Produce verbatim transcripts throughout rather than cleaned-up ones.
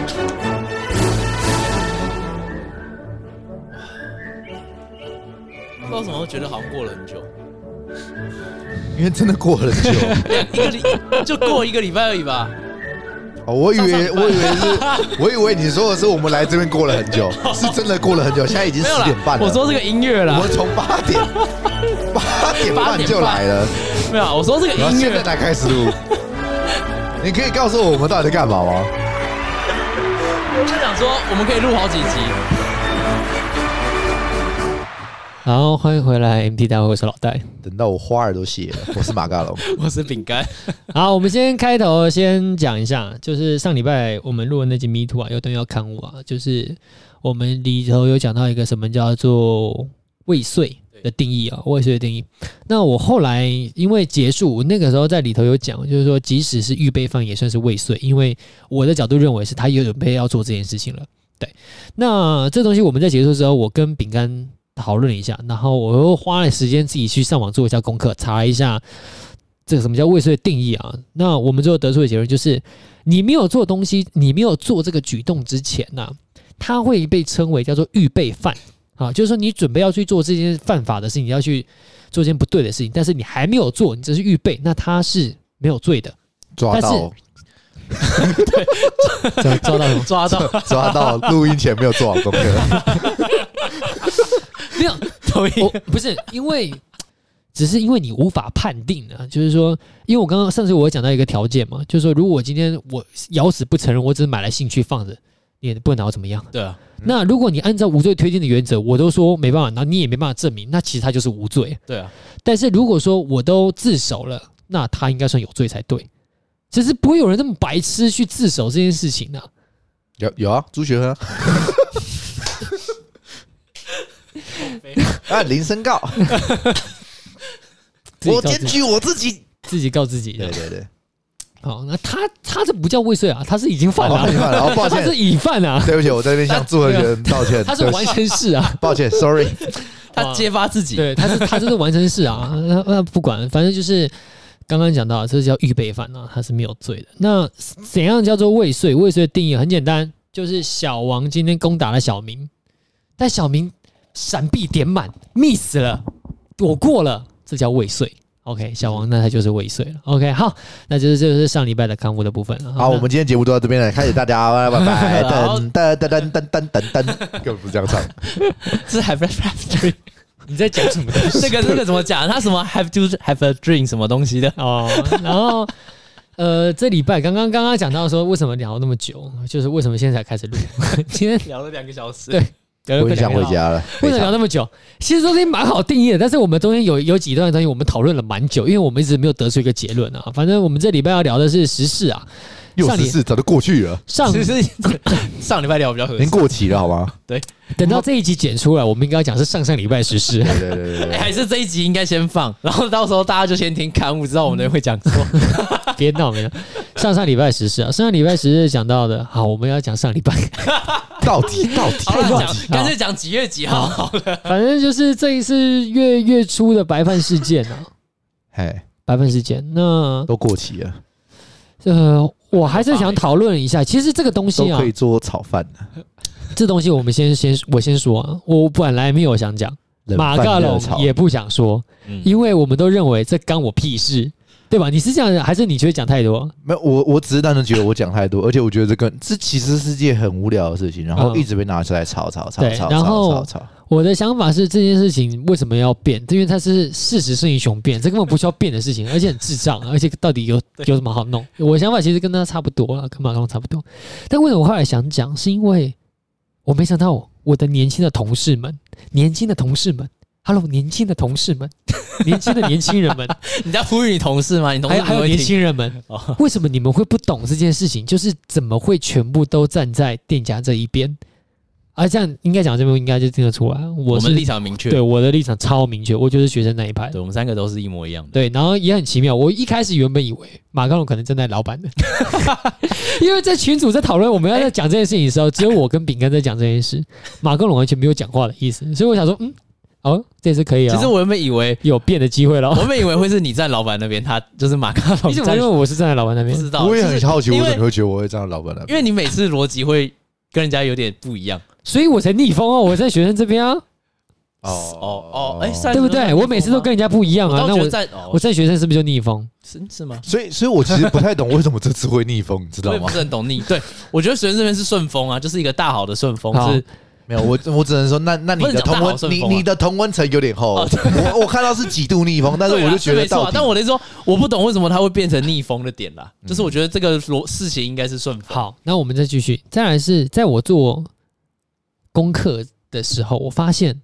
不知道为什么会觉得好像过了很久， 因为真的过了很久， 一个礼就过一个礼拜而已吧。 哦，我以为我以为是，我以为你说的是我们来这边过了很久，是真的过了很久。现在已经十点半了。 我说这个音乐啦， 我们从八点八点半就来了。 没有，我说这个音乐。 然后现在才开始录。你可以告诉我我们到底在干嘛吗？ 我就想说，我们可以录好几集。 好，欢迎回来 M T 大会，我是老戴。 等到我花儿都谢了，我是马嘎龙， 我是饼干。 好，我们先开头先讲一下，就是上礼拜我们录的那集 Me Too 啊，有东西要刊物啊，就是我们里头有讲到一个什么叫做未遂的定义啊，未遂的定义。那我后来因为结束，我那个时候在里头有讲，就是说即使是预备犯也算是未遂，因为我的角度认为是他有准备要做这件事情了。对，那这东西我们在结束之后，我跟饼干讨论了一下，然后我又花了时间自己去上网做一下功课，查一下这个什么叫未遂的定义啊。那我们最后得出的结论就是，你没有做东西，你没有做这个举动之前呢、啊，它会被称为叫做预备犯啊，就是说你准备要去做这件犯法的事情，要去做一件不对的事情，但是你还没有做，你只是预备，那它是没有罪的。 抓到。 对，抓到抓到抓到，录音前没有做好功课。 没有，我不是因为，只是因为你无法判定啊，就是说，因为我刚刚上次我有讲到一个条件嘛，就是说，如果我今天我咬死不承认，我只是买来兴趣放着，你也不能拿我怎么样。 对啊。 那如果你按照无罪推定的原则，我都说没办法，那你也没办法证明，那其实他就是无罪。 对啊。 但是如果说我都自首了，那他应该算有罪才对。只是不会有人那么白痴去自首这件事情啊。 有有啊，朱学恒。啊，林申告，我检举我自己， 自己告自己。 对对对。 好，那他他这不叫未遂啊，他是已经犯了、啊， 哦、犯了，哦，抱歉， 他是已犯啊。 对不起，我在那边向祝贺人道歉。 他是完成式啊， 抱歉 ，sorry。 他揭发自己， 对，他是他就是完成式啊。那那不管，反正就是刚刚讲到，这叫预备犯啊，他是没有罪的。那怎样叫做未遂？未遂的定义很简单，就是小王今天攻打了小明，但小明闪避点满 ，miss 了，躲过了，这叫未遂。OK， 小王那他就是未遂了。OK， 好，那就是这就是上礼拜的刊物的部分了。 好，好我们今天节目就到这边了，开始大家拜拜，噔噔噔噔噔噔噔噔，根本不是这样唱， 是 have a dream。 你在讲什么东西？ 那个那个怎么讲？他什么 have to have a dream 什么东西的哦？然后呃，这礼拜刚刚刚刚讲到说为什么聊那么久，就是为什么现在才开始录？今天聊了两个小时， 对。 我很想回家了。 为什么聊那么久？其实中间蛮好定义的，但是我们中间有有几段东西我们讨论了蛮久，因为我们一直没有得出一个结论啊。反正我们这礼拜要聊的是时事啊， 又时事早就过去了。 上其实上礼拜聊比较合适， 已经过期了好吗？ 对， 等到这一集剪出来，我们应该讲是上上礼拜时事。 对对对对、 欸，还是这一集应该先放，然后到时候大家就先听刊物，知道我们人会讲错。 别闹别闹，上上礼拜时事啊，上上礼拜时事讲到的，好，我们要讲上礼拜。 到底到底太乱，干脆讲几月几号好了。 反正就是这一次月月初的白饭事件啊， 嘿， 白饭事件那都过期了。 呃，我还是想讨论一下，其实这个东西啊， 都可以做炒饭的。 这东西我们先先我先说啊，我本来没有想讲，马嘎龙也不想说，嗯、因为我们都认为这干我屁事。对吧？你是这样的，还是你觉得讲太多？ 没有，我我只是单纯觉得我讲太多，而且我觉得这个这其实是件很无聊的事情，然后一直被拿出来吵吵吵吵然后吵吵。 我的想法是这件事情为什么要变？因为它是事实胜于雄辩，这根本不需要变的事情，而且很智障，而且到底有有什么好弄？我的想法其实跟他差不多了，跟马龙差不多。但为什么我后来想讲？是因为我没想到我的年轻的同事们，年轻的同事们。Hello， 年轻的同事们，年轻的年轻人们， 你在呼吁你同事吗？你同事还有还有年轻人们，为什么你们会不懂这件事情？就是怎么会全部都站在店家这一边？啊，这样应该讲这边应该就听得出来，我, 我们立场明确， 对我的立场超明确，我就是学生那一派， 对我们三个都是一模一样的。 对，然后也很奇妙，我一开始原本以为马高龙可能站在老板的，因为在群组在讨论我们要在讲这件事情的时候，只有我跟饼干在讲这件事，马高龙完全没有讲话的意思，所以我想说，嗯。 哦，这次可以啊。 其实我原本以为有变的机会了。 我原本以为会是你站老板那边，他就是马卡龙。 你怎么因为我是站在老板那边？ 不知道， 我也很好奇，为什么你会觉得我会站在老板那边？ 因为你每次逻辑会跟人家有点不一样， 所以我才逆风啊！我在学生这边啊。 哦哦哦，哎， 对不对？我每次都跟人家不一样啊。那我在我在学生是不是就逆风？ 是是吗？ 所以，所以我其实不太懂为什么这次会逆风，你知道吗？ 我也不是很懂逆。对，我觉得学生这边是顺风啊，就是一个大好的顺风。是没有，我我只能说，那那你的同温，你你的同温层有点厚。我我看到是几度逆风，但是我就觉得到底， 但我的意思说，我不懂为什么它会变成逆风的点啦。就是我觉得这个事情应该是顺风。 好，那我们再继续。再来是在我做功课的时候，我发现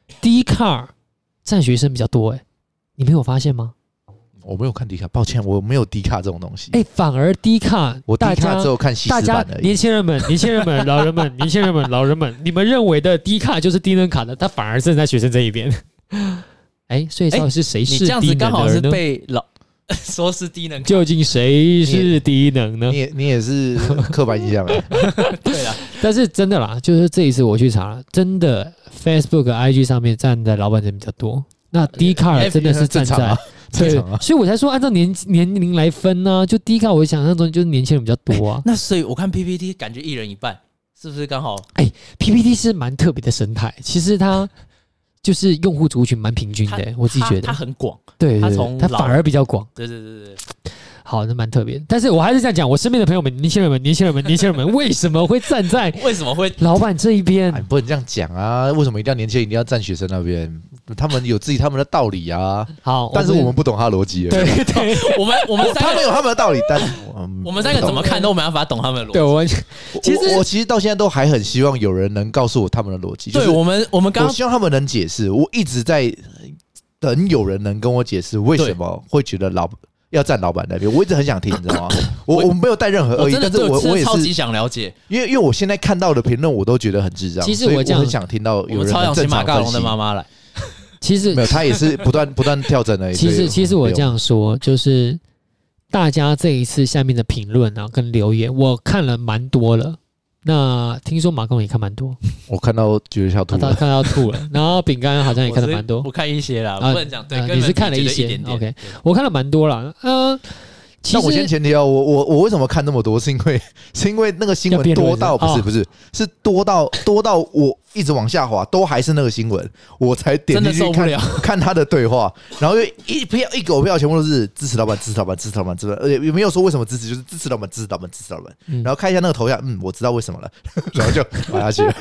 Dcard 占学生比较多，哎，你没有发现吗？ 我没有看 Dcard， 抱歉，我没有 Dcard 这种东西。 哎、欸，反而 Dcard， 我 Dcard 只有看西施版而已。 年轻人们、年轻人们、老人们、年轻人们、老人们，你们认为的 Dcard 就是低能卡的，他反而站在学生这一边。哎、欸，所以到底是谁是低能的呢？ 你这样子刚好是被老说是低能， 究竟谁是低能呢？ 你也你也是刻板印象哎。 对啦， 但是真的啦，就是这一次我去查了，真的 Facebook、I G 上面站在老板人比较多。那 Dcard 真的是站在。对，所以我才说按照年年龄来分呢、啊，就第一看我想象中就是年轻人比较多啊。 那所以我看 P P T 感觉一人一半，是不是刚好？ 哎、欸、，P P T 是蛮特别的生态，其实它就是用户族群蛮平均的，我自己觉得它很广， 对对对，它反而比较广。 对对对对。 好，那蛮特别。但是我还是这样讲，我身边的朋友们、年轻人们、年轻人们、年轻人们，为什么会站在为什么会老板这一边？ 哎，不能这样讲啊！为什么一定要年轻人一定要站学生那边？他们有自己他们的道理啊。 好， 但是我们不懂他的逻辑。 对对， 我们我们他们有他们的道理，但是我们三个怎么看都没办法懂他们的逻辑。 对，我其实我其实到现在都还很希望有人能告诉我他们的逻辑。 对我们我们刚我希望他们能解释。我一直在等有人能跟我解释为什么会觉得老。要站老板那边，我一直很想听，你知道吗？我我没有带任何恶意，但是我我也是超级想了解， 因为因为我现在看到的评论，我都觉得很智障。 其实我这样很想听到有人超想请马卡龙的妈妈来。 其实没有，他也是不断不断跳针而已。 其实其实我这样说，就是大家这一次下面的评论啊跟留言，我看了蛮多了。那听说马公也看蛮多， 我看到觉得要吐了， 他看到吐了。然后饼干好像也看了蛮多， 我看一些啦，不能讲对， 你是看了一些 ，OK， 我看了蛮多啦。呃， 但我先前提哦，我我我为什么看那么多？是因为是因为那个新闻多到不是不是是多到多到我一直往下滑，都还是那个新闻，我才点进去看看他的对话，然后一票一狗票全部都是支持老板，支持老板，支持老板，支持，而且也没有说为什么支持，就是支持老板，支持老板，支持老板。然后看一下那个头像，嗯，我知道为什么了，然后就滑下去了。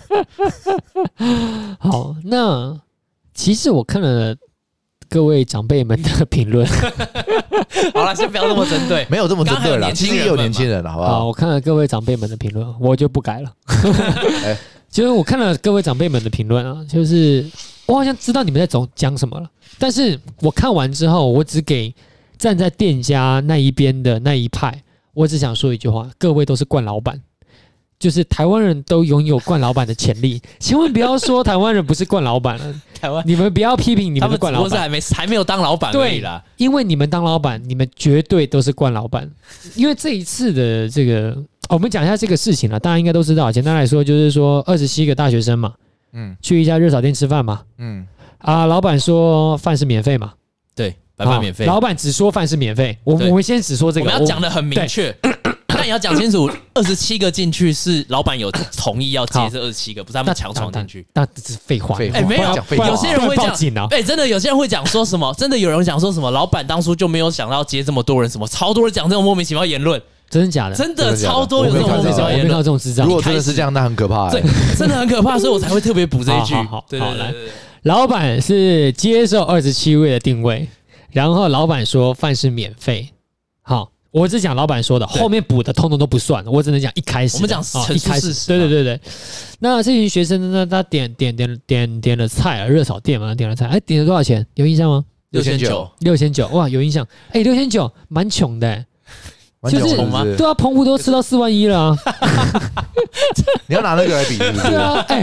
好，那其实我看了各位长辈们的评论。 好了，先不要那么针对， 没有这么针对了，其实也有年轻人了，好不好？ 好，我看了各位长辈们的评论，我就不改了。欸、就是我看了各位长辈们的评论啊，就是我好像知道你们在讲什么了，但是我看完之后，我只给站在店家那一边的那一派，我只想说一句话：各位都是惯老板。就是台湾人都拥有惯老板的潜力，千万不要说台湾人不是惯老板了。台湾，你们不要批评你们的惯老板， 他们只不过是还没还没有当老板而已啦。 因为你们当老板，你们绝对都是惯老板。因为这一次的这个，哦、我们讲一下这个事情了，大家应该都知道。简单来说，就是说二十七个大学生嘛，嗯，去一家热炒店吃饭嘛，嗯，啊，老板说饭是免费嘛， 对，白饭免费。 老板只说饭是免费，我们我们先只说这个， 我们要讲得很明确。但你要讲清楚，二十七个进去是老板有同意要接这二十七个，不是他们强闯进去。 那这是废话。 哎，没有，有些人会讲，哎，真的有些人会讲说什么？真的有人讲说什么？老板当初就没有想到接这么多人，什么超多人讲这种莫名其妙言论， 真的假的？ 真的超多有这种莫名其妙言论， 这种智障。 如果真的是这样，那很可怕。 对，真的很可怕，所以我才会特别补这一句。 好，对对对，老板是接受二十七位的定位，然后老板说饭是免费。好。我只讲老板说的，后面补的通通都不算，我只能讲一开始。 我们讲陈述事实。 对对对对。那这群学生呢，他点点点点点了菜啊，热炒店嘛，点了菜，哎，点了多少钱？有印象吗？ 六千九， 六千九，哇，有印象。哎，六千九，蛮穷的，就是对啊，澎湖都吃到四万一了。 你要拿那个来比，是不是？ 对啊，哎。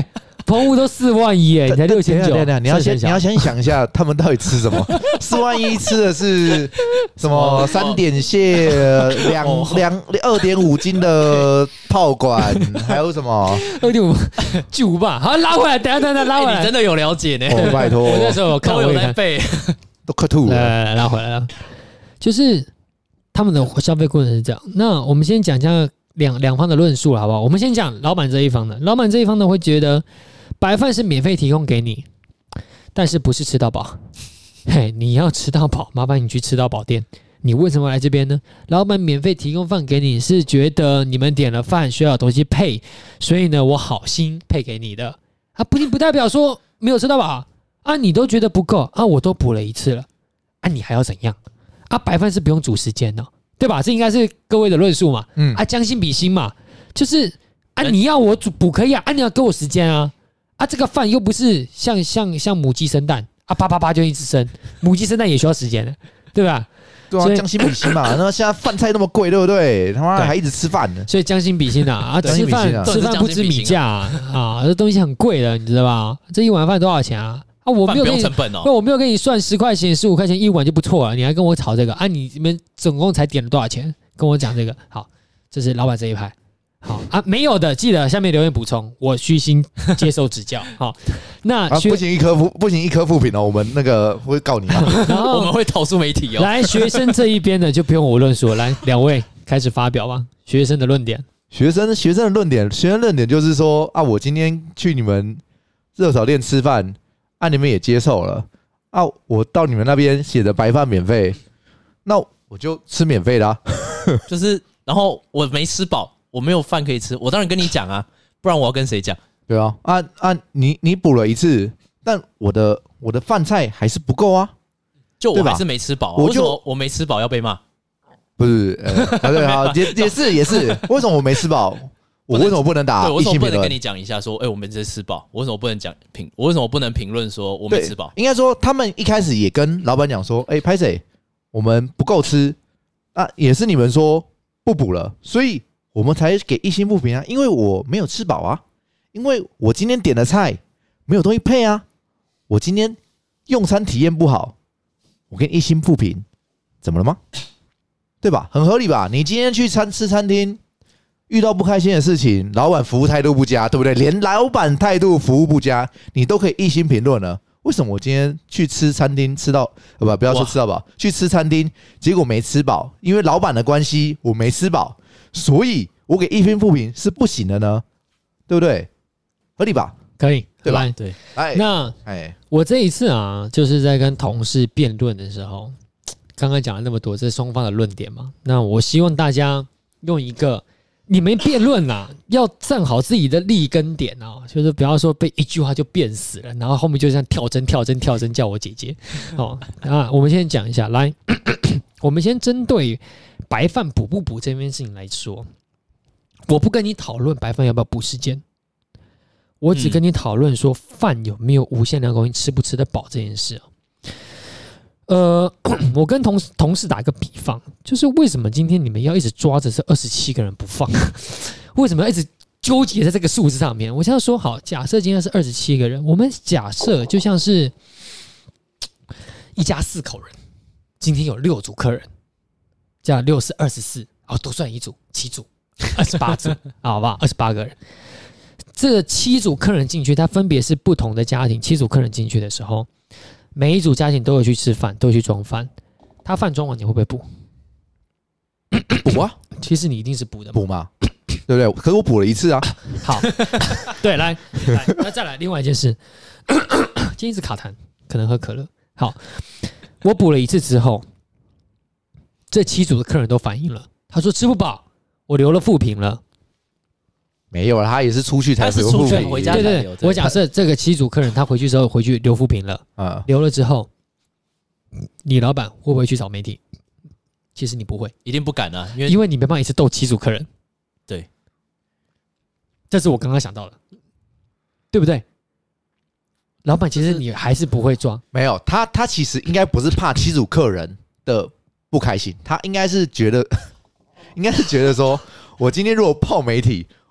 澎湖都四万一哎，你才六千九， 你要先你要先想一下，他们到底吃什么？四万一吃的是什么？三点蟹，两两二点五斤的炮管，还有什么？ 二点五巨无霸，好拉回来，等下等下拉回来， 你真的有了解呢？ 哦，拜托， 我那时候看我有在背， 都快吐了。 来来拉回来了，就是他们的消费过程是这样。那我们先讲一下两两方的论述好不好？我们先讲老板这一方的，老板这一方呢会觉得白饭是免费提供给你，但是不是吃到饱。嘿，你要吃到饱，麻烦你去吃到饱店。你为什么来这边呢？老板免费提供饭给你，是觉得你们点了饭需要有东西配，所以呢，我好心配给你的。啊，不不代表说没有吃到饱啊，你都觉得不够啊，我都补了一次了，啊，你还要怎样？啊，白饭是不用煮时间的，对吧？这应该是各位的论述嘛。嗯，啊，将心比心嘛，就是啊，你要我煮补可以啊，啊，你要给我时间啊，啊，这个饭又不是像像像母鸡生蛋啊，啪啪啪就一直生，母鸡生蛋也需要时间的，对吧？ 对啊，将心比心嘛。那现在饭菜那么贵，对不对？他妈还一直吃饭呢， 所以将心比心啊！啊，吃饭吃饭不知米价啊！啊，这东西很贵的，你知道吧？这一碗饭多少钱啊？啊，我没有给你， 哦、 我没有给你算十块钱、十五块钱一碗就不错了，你还跟我吵这个啊？你们总共才点了多少钱？跟我讲这个，好，这是老板这一派。好啊，没有的，记得下面留言补充，我虚心接受指教。好，那、 啊、不行一颗负不行一颗负评哦，我们那个会告你、啊， 然后我们会投诉媒体哦。 来，学生这一边的就不用我论述了，来，两位开始发表吧，学生的论点。 学生学生的论点，学生论点就是说啊，我今天去你们热炒店吃饭，啊，你们也接受了啊，我到你们那边写的白饭免费，那我就吃免费的、啊， 就是，然后我没吃饱。我没有饭可以吃，我当然跟你讲啊，不然我要跟谁讲？ 对啊，啊啊，你你补了一次，但我的我的饭菜还是不够啊， 就我还是没吃饱、啊。为什么我没吃饱要被骂？ 不是，呃，啊对啊，也也是也是，为什么我没吃饱？我为什么不能打？ 对，我为什么不能跟你讲一下说，哎、欸，我没吃饱？我为什么不能讲评？我为什么不能评论说我没吃饱？ 应该说他们一开始也跟老板讲说，哎、欸，拍谁？我们不够吃啊，也是你们说不补了，所以。我们才给一星不评啊，因为我没有吃饱啊，因为我今天点的菜没有东西配啊，我今天用餐体验不好，我给你一星不评，怎么了吗？对吧？很合理吧？你今天去餐吃餐厅，遇到不开心的事情，老板服务态度不佳，对不对？连老板态度服务不佳，你都可以一星评论了。为什么我今天去吃餐厅吃到不不要说吃到饱，去吃餐厅结果没吃饱，因为老板的关系我没吃饱。所以我给一星负评是不行的呢，对不对？合理吧？ 可以， 对吧？ 对。哎，那哎，我这一次啊，就是在跟同事辩论的时候，刚刚讲了那么多，这是双方的论点嘛。那我希望大家用一个，你们辩论啊，要站好自己的立根点啊，就是不要说被一句话就辩死了，然后后面就像跳针、跳针、跳针叫我姐姐哦。啊，我们先讲一下，来，我们先针对。白饭补不补这件事情来说，我不跟你讨论白饭要不要补时间，我只跟你讨论说饭有没有无限量供应，吃不吃得饱这件事。呃，我跟同事同事打一个比方，就是为什么今天你们要一直抓着这二十七个人不放？为什么要一直纠结在这个数字上面？我现在说好，假设今天是二十七个人，我们假设就像是一家四口人，今天有六组客人。加六是二十四，哦，多算一组，七组，二十八组，好不好？二十八个人，这七组客人进去，它分别是不同的家庭。七组客人进去的时候，每一组家庭都会去吃饭，都会去装饭。他饭装完，你会不会补？ 补啊！ 其实你一定是补的， 补嘛，对不对？可是我补了一次啊。 好，对，来，来，那再来另外一件事，今天一直卡痰，可能喝可乐。好，我补了一次之后。这七组的客人都反映了，他说吃不饱，我留了负评了。 没有了，他也是出去才留负评， 回家对对对，我假设这个七组客人他回去之后回去留负评了，啊，留了之后，你老板会不会去找媒体？其实你不会， 一定不敢啊，因为因为你没办法一次斗七组客人。 对， 这是我刚刚想到的，对不对？老板其实你还是不会抓， 没有他，他其实应该不是怕七组客人的。不开心，他应该是觉得，应该是觉得说，我今天如果泡媒体，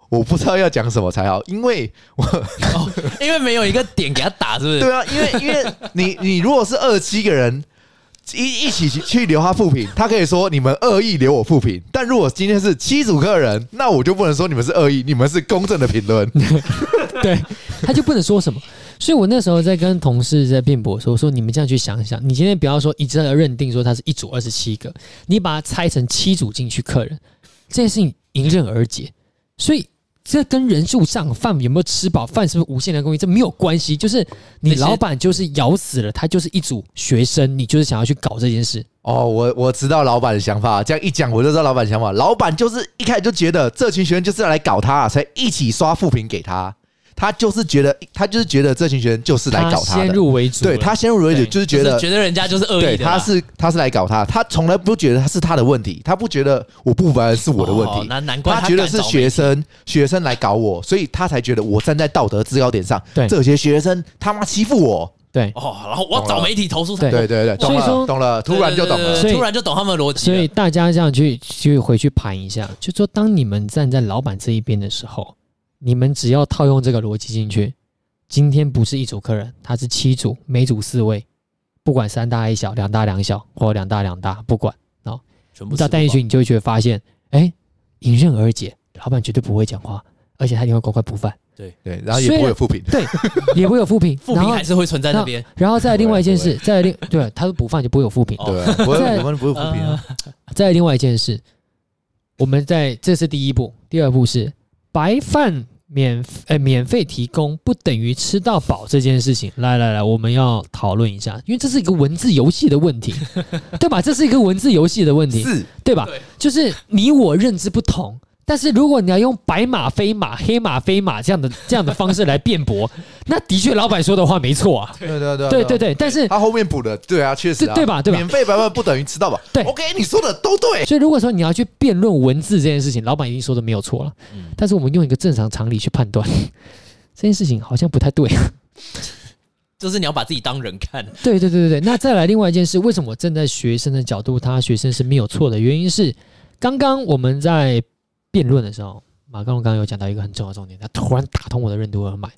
我不知道要讲什么才好，因为我、 哦、因为没有一个点给他打，是不是？ 对啊，因为因为你你如果是二十七个人一一起去留他负评，他可以说你们恶意留我负评，但如果今天是七组客人，那我就不能说你们是恶意，你们是公正的评论。 对，他就不能说什么。所以我那时候在跟同事在辩驳说，我说你们这样去想想，你今天不要说一致的认定说他是一组二十七个，你把它拆成七组进去客人，这件事情迎刃而解。所以这跟人数上饭有没有吃饱，饭是不是无限量供应，这没有关系。就是你老板就是咬死了，他就是一组学生，你就是想要去搞这件事。 哦，我我知道老板的想法，这样一讲我就知道老板的想法。老板就是一开始就觉得这群学生就是要来搞他，才一起刷负评给他。他就是觉得，他就是觉得这群学生就是来搞他的， 他先入为主， 对他先入为主，就是觉得、 就是、觉得人家就是恶意的， 对，他是他是来搞他，他从来不觉得他是他的问题，他不觉得我不凡是我的问题， 哦、难怪 他, 他觉得是学生学生来搞我，所以他才觉得我站在道德制高点上，这些学生他妈欺负我。 对哦，然后我要找媒体投诉他。 对对对，懂了懂了，突然就懂了， 突然就懂他们的逻辑。 所以大家这样去去回去盘一下，就说当你们站在老板这一边的时候，你们只要套用这个逻辑进去。今天不是一组客人，他是七组，每组四位，不管三大一小，两大两小，或两大两大，不管哦，全部到带进去，你就会觉得发现，哎，迎刃而解，老板绝对不会讲话，而且他一定会乖乖补饭。 对对，然后也不会有负评， 对，也不会有负评， 负评还是会存在那边。 然后再来另外一件事，再来另对，他补饭就不会有负评， 对，不会我们不会有负评啊。 再来另外一件事，我们在这是第一步，第二步是白饭。免呃免费提供不等于吃到饱这件事情，来来来，我们要讨论一下，因为这是一个文字游戏的问题，对吧？这是一个文字游戏的问题， 是， 对吧？对，就是你我认知不同，但是如果你要用白马非马、黑马非马这样的这样的方式来辩驳，那的确老板说的话没错啊， 对对对对对对，但是他后面补的，对啊，确实啊， 对吧？对吧？ 免费白饭不等于吃到饱， 对 ，OK， 你说的都对。 所以如果说你要去辩论文字这件事情，老板一定说的没有错了，嗯，但是我们用一个正常常理去判断这件事情好像不太对。 就是你要把自己当人看。 对对对对对，那再来另外一件事，为什么我站在学生的角度，他学生是没有错的原因是，刚刚我们在辩论的时候，马刚龙刚刚有讲到一个很重要的重点，他突然打通我的任督二脉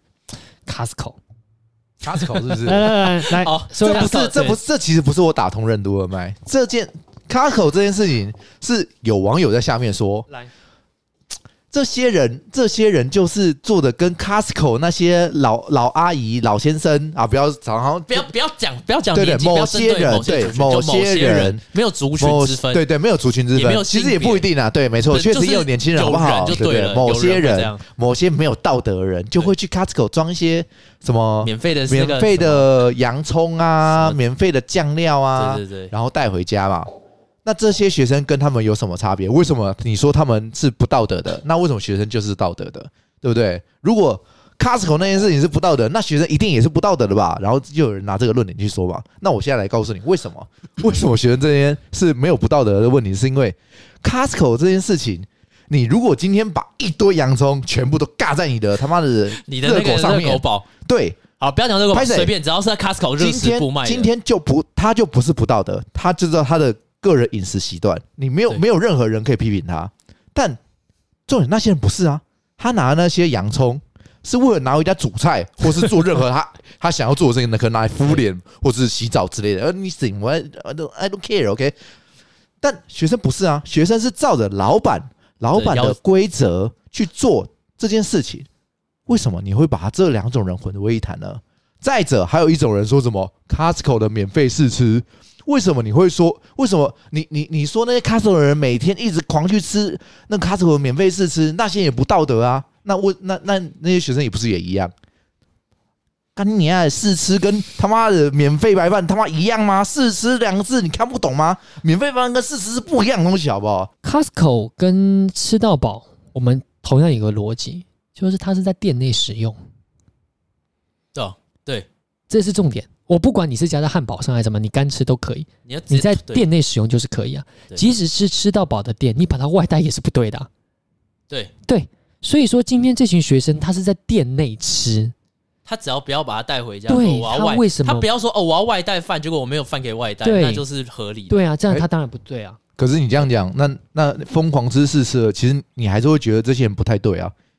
，Costco。Costco 是不是？ 来来来来， 哦，这不是，这不是，这其实不是我打通任督二脉。这件 Costco 这件事情是有网友在下面说，来，这些人，这些人就是做的跟 Costco 那些老老阿姨、老先生啊，不要常常不要不要讲不要讲对对，某些人对某些人没有族群之分， 对对，没有族群之分，其实也不一定啊。对，没错，确实也有年轻人好不好？对对，某些人，某些没有道德的人就会去 Costco 装一些什么免费的、 免费的洋葱啊，免费的酱料啊， 对对对， 然后带回家嘛。那这些学生跟他们有什么差别？为什么你说他们是不道德的？那为什么学生就是道德的？对不对？如果 Costco 那件事情是不道德，那学生一定也是不道德的吧？然后就有人拿这个论点去说嘛。那我现在来告诉你，为什么？为什么学生这边是没有不道德的问题？是因为 Costco 这件事情，你如果今天把一堆洋葱全部都尬在你的他妈的热狗上面，对。 好，不要讲热狗堡，随便，只要是在 Costco 热食部卖的， 今天就不，他就不是不道德，他就知道他的个人饮食习惯，你没有没有任何人可以批评他。但重点那些人不是啊，他拿那些洋葱是为了拿回家煮菜，或是做任何他他想要做的事情，可能拿来敷脸或是洗澡之类的。而你怎么 I don't I don't care，OK？、Okay? 但学生不是啊，学生是照着老板老板的规则去做这件事情。为什么你会把这两种人混为一谈呢？再者，还有一种人说什么 Costco 的免费试吃，为什么你会说？为什么你你你说那些 Costco 的人每天一直狂去吃那 Costco 的免费试吃，那些也不道德啊？那我那那那些学生也不是也一样？干你啊！试吃跟他妈的免费白饭他妈一样吗？试吃两个字你看不懂吗？免费白饭跟试吃是不一样的东西，好不好 ？Costco 跟吃到饱，我们同样有个逻辑。就是它是在店内使用， 哦，对， 这是重点。我不管你是加在汉堡上还是什么，你干吃都可以。你, 你在店内使用就是可以啊。即使是吃到饱的店，你把它外带也是不对的、啊。 对对，所以说今天这群学生他是在店内吃， 他只要不要把它带回家， 对， 我要外他为什么他不要说哦我要外带饭，结果我没有饭给外带，那就是合理的。 对啊，这样他当然不对啊。 可是你这样讲，那那疯狂吃试吃，其实你还是会觉得这些人不太对啊。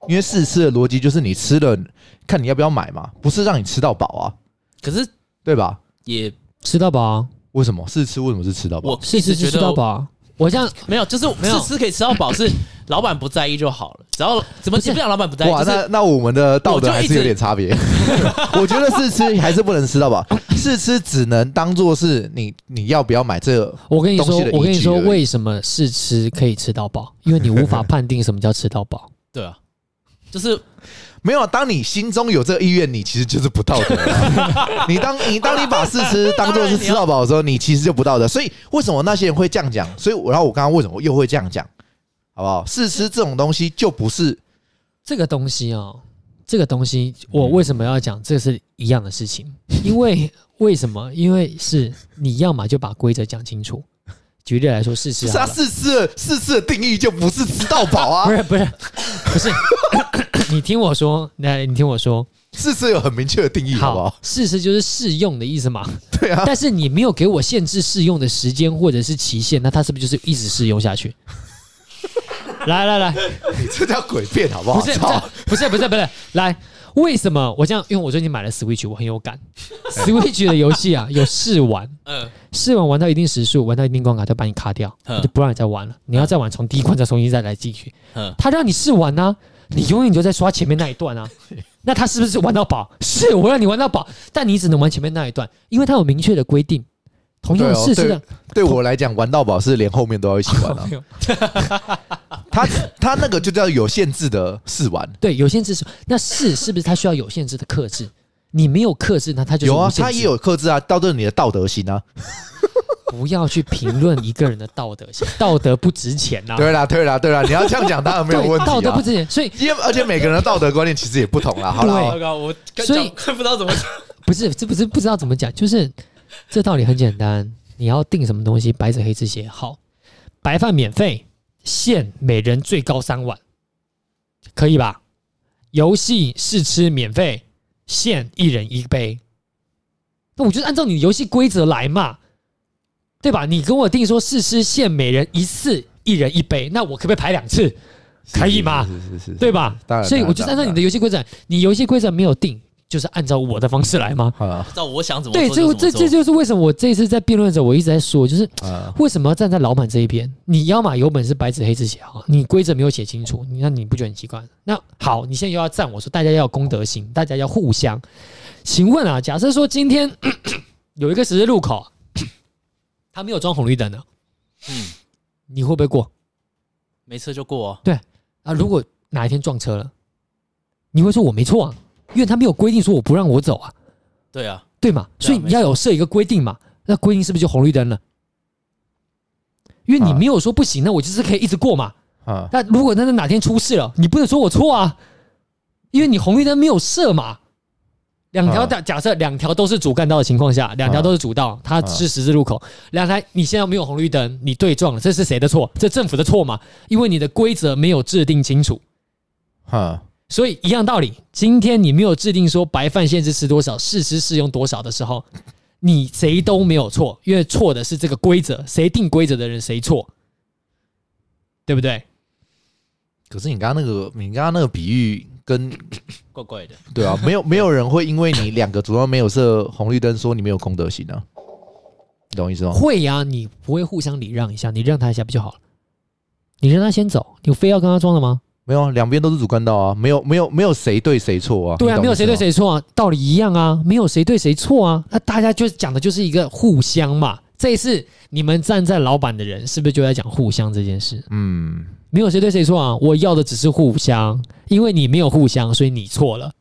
因为试吃的逻辑就是你吃了，看你要不要买嘛，不是让你吃到饱啊。 可是对吧？ 也吃到饱啊？ 为什么试吃为什么是吃到饱？ 我试吃吃到饱啊。我这样没有，就是试吃可以吃到饱，是老板不在意就好了。只要怎么不讲老板不在意， 哇， 就是、 那那我们的道德还是有点差别。我觉得试吃还是不能吃到饱，试吃只能当做是你你要不要买这个。 我跟你说，我跟你说，为什么试吃可以吃到饱？因为你无法判定什么叫吃到饱。 对啊，就是没有。当你心中有这个意愿，你其实就是不道德的。你当你当你把试吃当做是吃到饱的时候，你其实就不道德。所以为什么那些人会这样讲？所以然后我刚刚为什么又会这样讲？好不好？试吃这种东西就不是这个东西哦，这个东西我为什么要讲？这是一样的事情，因为为什么？因为是你要嘛就把规则讲清楚。举例来说，试吃好了， 是啊，试吃的试吃的定义就不是吃到饱啊， 不是不是不是，你听我说，来，你听我说， 试吃有很明确的定义，好不好？ 试吃就是试用的意思嘛， 对啊。 但是你没有给我限制试用的时间或者是期限，那它是不是就是一直试用下去？来来来， 你这叫诡辩好不好？ 不是不是不是不是不是，来，为什么我这样？因为我最近买了 Switch， 我很有感。Switch 的游戏啊，有试玩，嗯，试玩玩到一定时数，玩到一定关卡，就把你卡掉，就不让你再玩了。你要再玩，从第一关再重新再来继续。他让你试玩啊，你永远就在刷前面那一段啊。那他是不是玩到饱？是我让你玩到饱，但你只能玩前面那一段，因为他有明确的规定。同样试吃的， 对, 哦、对, 对我来讲，玩到饱是连后面都要一起玩啊。他他那个就叫有限制的试玩， 对，有限制是那试是不是他需要有限制的克制？你没有克制，那他就是有啊，他也有克制啊，到这你的道德心啊。 不要去评论一个人的道德心，道德不值钱呐、啊。 对啦，对啦，对啦，你要这样讲当然没有问题、啊。 道德不值钱，所以因为而且每个人的道德观念其实也不同啦。好了， 我所以不知道怎么讲， 不是这不是不知道怎么讲，就是这道理很简单。你要订什么东西，白纸黑字写好，白饭免费，限每人最高三碗，可以吧？游戏试吃免费，限一人一杯。那我就按照你的游戏规则来嘛，对吧？你跟我定说试吃限每人一次，一人一杯，那我可不可以排两次？可以吗？ 是是是， 对吧？所以我就按照你的游戏规则，你游戏规则没有定。就是按照我的方式来吗？ 照我想怎么做对，这这这就是为什么我这一次在辩论的时候，我一直在说，就是为什么要站在老板这一边？你要嘛有本事白纸黑字写好，你规则没有写清楚，那你不觉得很奇怪？那好，你现在又要站我说大家要有公德心，大家要互相。请问啊，假设说今天咳咳有一个十字路口，他没有装红绿灯的，嗯，你会不会过？ 没车就过啊。 对啊，如果哪一天撞车了，你会说我没错啊？因为他没有规定说我不让我走啊， 对啊， 对嘛，所以你要有设一个规定嘛，那规定是不是就红绿灯了？因为你没有说不行，那我就是可以一直过嘛。啊，那如果那哪天出事了，你不能说我错啊，因为你红绿灯没有设嘛。两条假假设两条都是主干道的情况下，两条都是主道，它是十字路口，两台你现在没有红绿灯，你对撞了，这是谁的错？这政府的错嘛？因为你的规则没有制定清楚。哈。所以一样道理，今天你没有制定说白饭限制吃多少，试吃适用多少的时候，你谁都没有错，因为错的是这个规则，谁定规则的人谁错，对不对？ 可是你刚刚那个，你刚刚那个比喻跟怪怪的， 对啊，没有没有人会因为你两个主要没有设红绿灯，说你没有公德心啊，你懂我意思吗？ 会呀、啊，你不会互相礼让一下，你让他一下不就好了？你让他先走，你非要跟他装了吗？ 没有，两边都是主干道啊，没有没有没有谁对谁错啊。 对啊，没有谁对谁错啊，道理一样啊，没有谁对谁错啊。那大家就讲的就是一个互相嘛。这一次你们站在老板的人，是不是就在讲互相这件事？嗯，没有谁对谁错啊，我要的只是互相，因为你没有互相，所以你错了。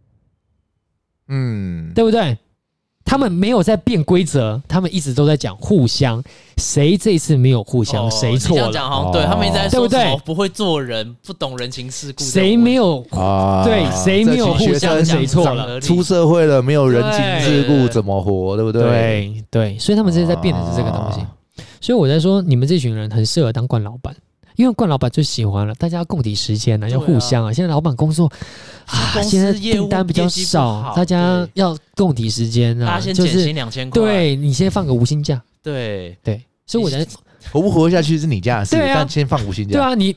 嗯，对不对？他们没有在变规则，他们一直都在讲互相。谁这次没有互相，谁、哦、错了？ 你这样讲好像对，他们一直在说什么不会做人、不懂人情世故。 谁没有、啊、对，谁没有互相，谁错了？ 出社会了，没有人情世故怎么活？对不对？ 对对，所以他们这是在变的是这个东西。啊、所以我在说，你们这群人很适合当惯老板。因为惯老板最喜欢了，大家要共体时间啊，要互相啊。现在老板工作啊，现在订单比较少，大家要共体时间啊。 大家先减薪两千块， 对你先放个无薪假， 对对。所以我觉得活不活下去是你家的事，但先放无薪假。 对啊，你你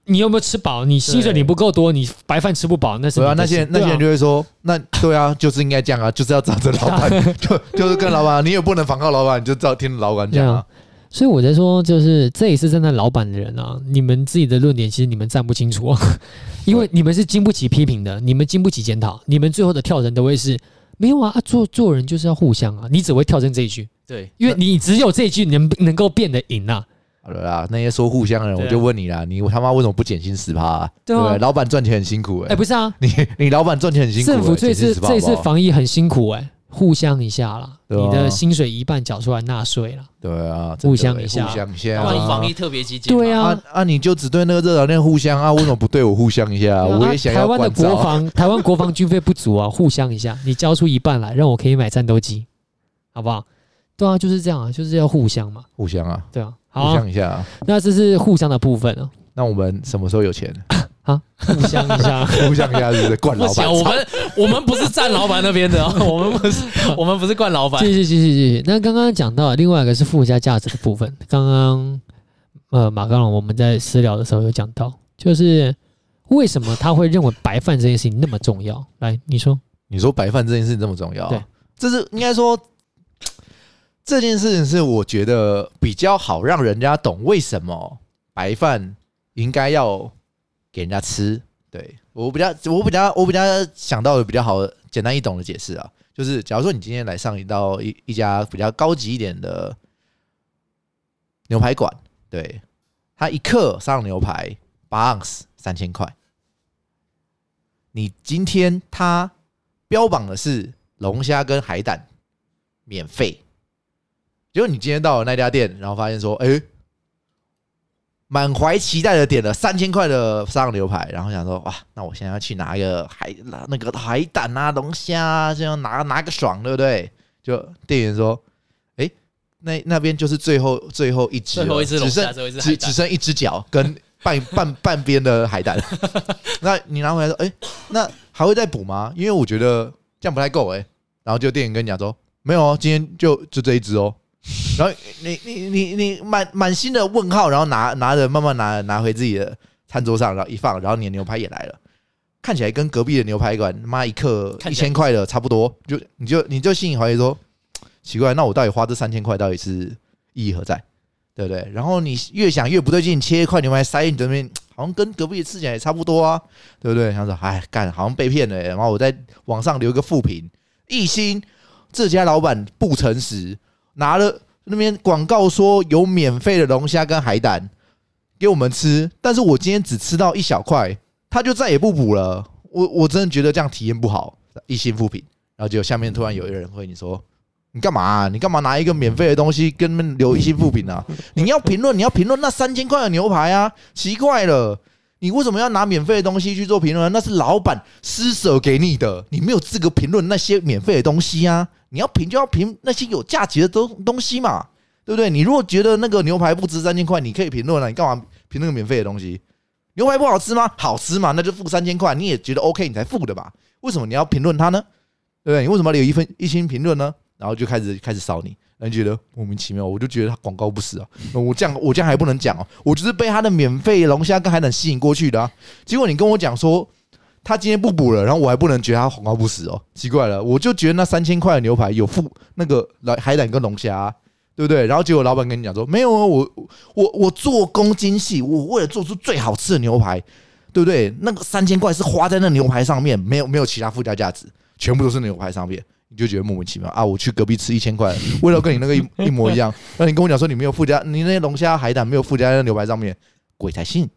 你有没有吃饱？你薪水领不够多，你白饭吃不饱，那是对啊。那些那些人就会说，那对啊，就是应该这样啊，就是要照着老板，就就是跟老板，你也不能反抗老板，你就照听老板讲啊。 所以我在说，就是这也是站在老板的人啊，你们自己的论点其实你们站不清楚啊，因为你们是经不起批评的，你们经不起检讨，你们最后的跳针都会是没有啊，啊做做人就是要互相啊，你只会跳针这一句， 对， 因为你只有这一句能能够变得赢啊。 好了啦，那些说互相的人，我就问你啦，你他妈为什么不减薪十趴？啊？对啊，老板赚钱很辛苦哎、欸。哎、 欸，不是啊， 你你老板赚钱很辛苦、欸， 政府这次好好这次防疫很辛苦哎、欸，互相一下啦，啊、你的薪水一半缴出来纳税啦。 对啊， 互相一下， 互相一下、 啊。防疫特别基金。 对啊， 啊啊，你就只对那个热岛链互相啊，为什么不对我互相一下？啊、我也想要。 台湾的国防，台湾国防军费不足啊，互相一下，你交出一半来，让我可以买战斗机，好不好？对啊，就是这样啊，就是要互相嘛。 互相啊， 对啊。 互相一下、啊， 那这是互相的部分啊。 那我们什么时候有钱啊？互相一下， 互相一下是不是惯老板？ 我们我们不是站老板那边的、哦，我们不是我们不是惯老板。 继续继续继续。那刚刚讲到另外一个是附加价值的部分，刚刚呃马刚龙我们在私聊的时候有讲到，就是为什么他会认为白饭这件事情那么重要？来，你说， 你说白饭这件事情这么重要？ 对， 这是应该说。这件事情是我觉得比较好让人家懂为什么白饭应该要给人家吃。对，我比较我比较我比较想到的比较好简单易懂的解释啊，就是假如说你今天来上一道一一家比较高级一点的牛排馆，对，它一克上牛排八盎司三千块，你今天它标榜的是龙虾跟海胆免费。结果你今天到了那家店，然后发现说，哎、欸，满怀期待的点了三千块的沙朗牛排，然后想说，哇，那我现在要去拿一个海那个海胆啊、龙虾啊，这样拿拿个爽，对不对？就店员说，哎、欸，那那边就是最后最后一只， 最后一只龙虾， 只剩只只剩一只脚跟半半半边的海胆。那你拿回来说，哎、欸，那还会再补吗？因为我觉得这样不太够哎、欸。然后就店员跟你讲说，没有哦，今天就就这一只哦。然后你你你你满满心的问号，然后拿拿着慢慢拿拿回自己的餐桌上，然后一放，然后你的牛排也来了，看起来跟隔壁的牛排馆妈一克一千块的差不多，就你就你就心里怀疑说，奇怪，那我到底花这三千块到底是意义何在，对不对？然后你越想越不对劲，你切一块牛排塞进你这边，好像跟隔壁的吃起来也差不多啊，对不对？想说，哎，干，好像被骗了、欸，然后我在网上留一个负评，一星这家老板不诚实。拿了那边广告说有免费的龙虾跟海胆给我们吃，但是我今天只吃到一小块，他就再也不补了。我我真的觉得这样体验不好，一星负评。然后结果下面突然有一个人回你说：“你干嘛、啊？你干嘛拿一个免费的东西跟他们留一星负评啊？你要评论，你要评论那三千块的牛排啊？奇怪了，你为什么要拿免费的东西去做评论？那是老板施舍给你的，你没有资格评论那些免费的东西啊！你要评就要评那些有价值的东东西嘛，对不对？你如果觉得那个牛排不值三千块，你可以评论了，你干嘛评那个免费的东西？牛排不好吃吗？好吃嘛，那就付三千块，你也觉得 OK， 你才付的吧？为什么你要评论它呢？对不对？你为什么要留一分一星评论呢？然后就开始开始烧你，然后觉得莫名其妙，我就觉得他广告不实啊！我这样我这样还不能讲哦，我就是被他的免费龙虾跟海胆吸引过去的啊！结果你跟我讲说他今天不补了，然后我还不能觉得他广告不实哦，奇怪了，我就觉得那三千块的牛排有附那个海胆跟龙虾、啊，对不对？然后结果老板跟你讲说没有啊，我我我做工精细，我为了做出最好吃的牛排，对不对？那个三千块是花在那牛排上面，没有没有其他附加价值，全部都是牛排上面。你就觉得莫名其妙啊！我去隔壁吃一千块，为了跟你那个 一, 一模一样，那你跟我讲说你没有附加，你那些龙虾、海胆没有附加在牛排上面，鬼才信。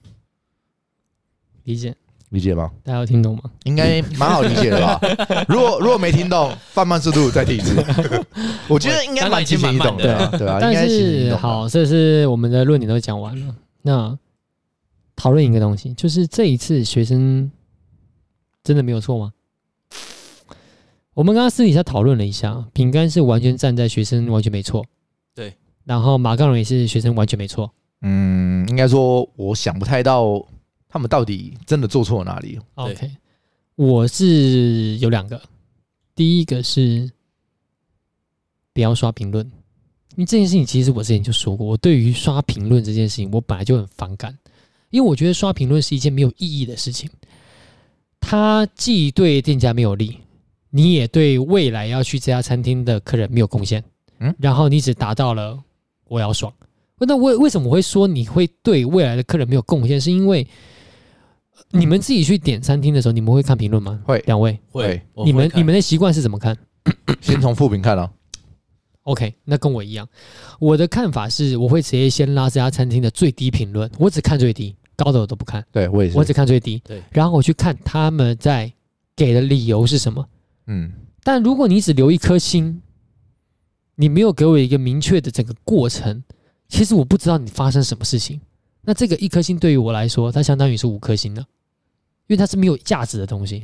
理解理解吗？ 大家有听懂吗？ 应该蛮好理解的吧？如果如果没听懂，放慢速度再听一次。我觉得应该蛮清晰懂的、啊，对啊。 但是好，这是我们的论点都讲完了。那讨论一个东西，就是这一次学生真的没有错吗？我们刚刚私底下讨论了一下，饼干是完全站在学生完全没错， 对。然后马杠龙也是学生完全没错。 嗯，应该说我想不太到他们到底真的做错了哪里。 OK， 我是有两个，第一个是不要刷评论，因为这件事情其实我之前就说过，我对于刷评论这件事情我本来就很反感。 因为我觉得刷评论是一件没有意义的事情，它既对店家没有利，你也对未来要去这家餐厅的客人没有贡献，嗯，然后你只达到了我要爽。那为为什么我会说你会对未来的客人没有贡献？是因为你们自己去点餐厅的时候，你们会看评论吗？ 会， 两位会。 你们你们的习惯是怎么看？ 先从负评看啊。 OK， 那跟我一样。我的看法是，我会直接先拉这家餐厅的最低评论，我只看最低，高的我都不看。 对，我也是， 我只看最低。 对， 然后我去看他们在给的理由是什么。 嗯， 但如果你只留一颗星，你没有给我一个明确的整个过程。其实我不知道你发生什么事情，那这个一颗星对于我来说，它相当于是五颗星了，因为它是没有价值的东西，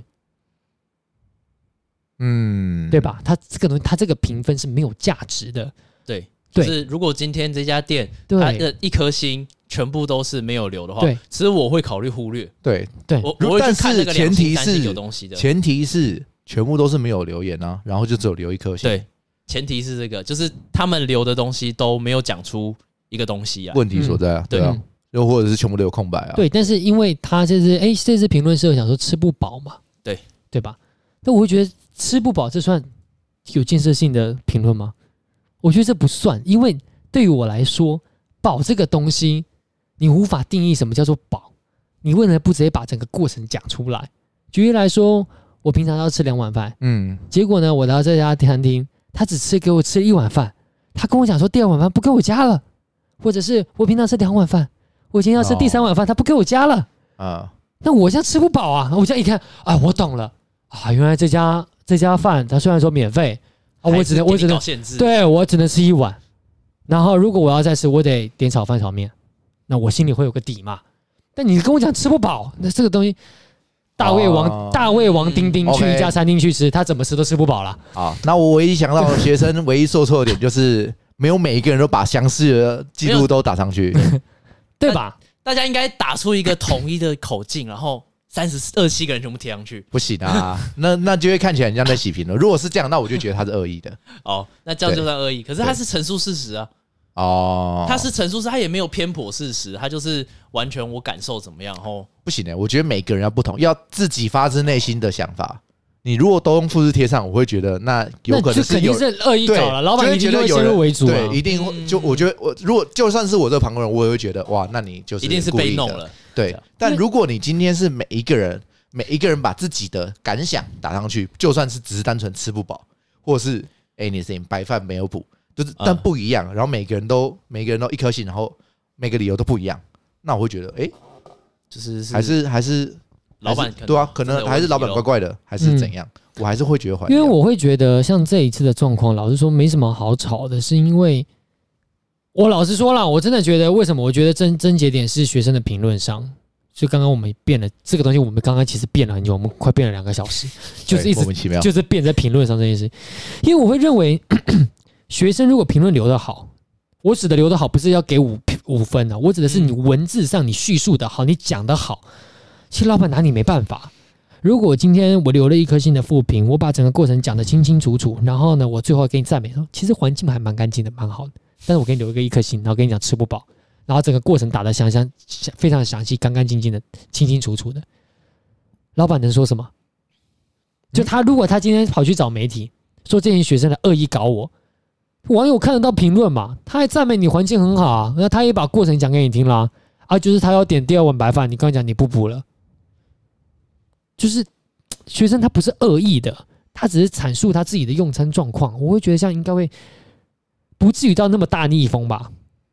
嗯，对吧？它这个东西，它这个评分是没有价值的。 对，就是如果今天这家店它的一颗星全部都是没有留的话，对，其实我会考虑忽略。 对对， 我我会去看那个两星三星有东西的。 前提是全部都是没有留言啊，然后就只有留一颗星。 对，前提是这个，就是他们留的东西都没有讲出一个东西啊， 问题所在啊，嗯、对啊，又或者是全部都有空白啊。 对，但是因为他这是哎，这次评论是有想说吃不饱嘛， 对对吧？那我会觉得吃不饱这算有建设性的评论吗？我觉得这不算，因为对于我来说，饱这个东西你无法定义什么叫做饱，你为什么不直接把整个过程讲出来？举例来说，我平常要吃两碗饭，嗯，结果呢，我来到这家餐厅，他只吃给我吃一碗饭，他跟我讲说第二碗饭不给我加了。或者是我平常吃两碗饭，我今天要吃第三碗饭，他不给我加了啊，那我这样吃不饱啊！我这样一看啊，我懂了啊，原来这家这家饭它虽然说免费啊，我只能我只能对我只能吃一碗，然后如果我要再吃，我得点炒饭炒面，那我心里会有个底嘛。但你跟我讲吃不饱，那这个东西，大胃王、哦、大胃王丁丁去一家餐厅去吃，他怎么吃都吃不饱了。 好，那我唯一想到学生唯一受挫的点就是。没有每一个人都把详细的记录都打上去， 对吧？ 大家应该打出一个统一的口径，然后三十二七个人全部贴上去。 不行啊，那那就会看起来很像在洗评了。如果是这样，那我就觉得他是恶意的。 哦，那这样就算恶意，可是他是陈述事实啊。哦，他是陈述事实，他也没有偏颇事实，他就是完全我感受怎么样。后不行的，我觉得每个人要不同，要自己发自内心的想法。你如果都用复制贴上，我会觉得那有可能是有肯定是恶意搞了，老板一定会先入为主、啊， 对，一定会就我觉得我如果就算是我这个旁人，我也会觉得哇，那你就是一定是被弄了， 对。但如果你今天是每一个人每一个人把自己的感想打上去，就算是只是单纯吃不饱，或是哎你是白饭没有补，就是但不一样，然后每个人都每个人都一颗星，然后每个理由都不一样，那我会觉得哎，就是还是还是。 老板对啊，可能还是老板怪怪的，还是怎样？嗯、我还是会觉得怀疑。 因为我会觉得像这一次的状况，老实说没什么好吵的，是因为我老实说啦，我真的觉得为什么？我觉得症症结点是学生的评论上，所以刚刚我们变了这个东西，我们刚刚其实变了很久，我们快变了两个小时，就是一直就是变在评论上这件事。因为我会认为学生如果评论留得好，我指的留得好不是要给五五分啊，我指的是你文字上你叙述的好，你讲得好。其实老板拿你没办法。如果今天我留了一颗星的负评，我把整个过程讲得清清楚楚，然后呢，我最后给你赞美说，其实环境还蛮干净的，蛮好的。但是我给你留一个一颗星，然后跟你讲吃不饱，然后整个过程打得详详非常详细、干干净净的、清清楚楚的，老板能说什么？就他如果他今天跑去找媒体说这群学生的恶意搞我，网友看得到评论嘛，他还赞美你环境很好啊，那他也把过程讲给你听啦。啊，就是他要点第二碗白饭，你刚才讲你不补了，就是学生他不是恶意的，他只是阐述他自己的用餐状况，我会觉得这样应该会不至于到那么大逆风吧。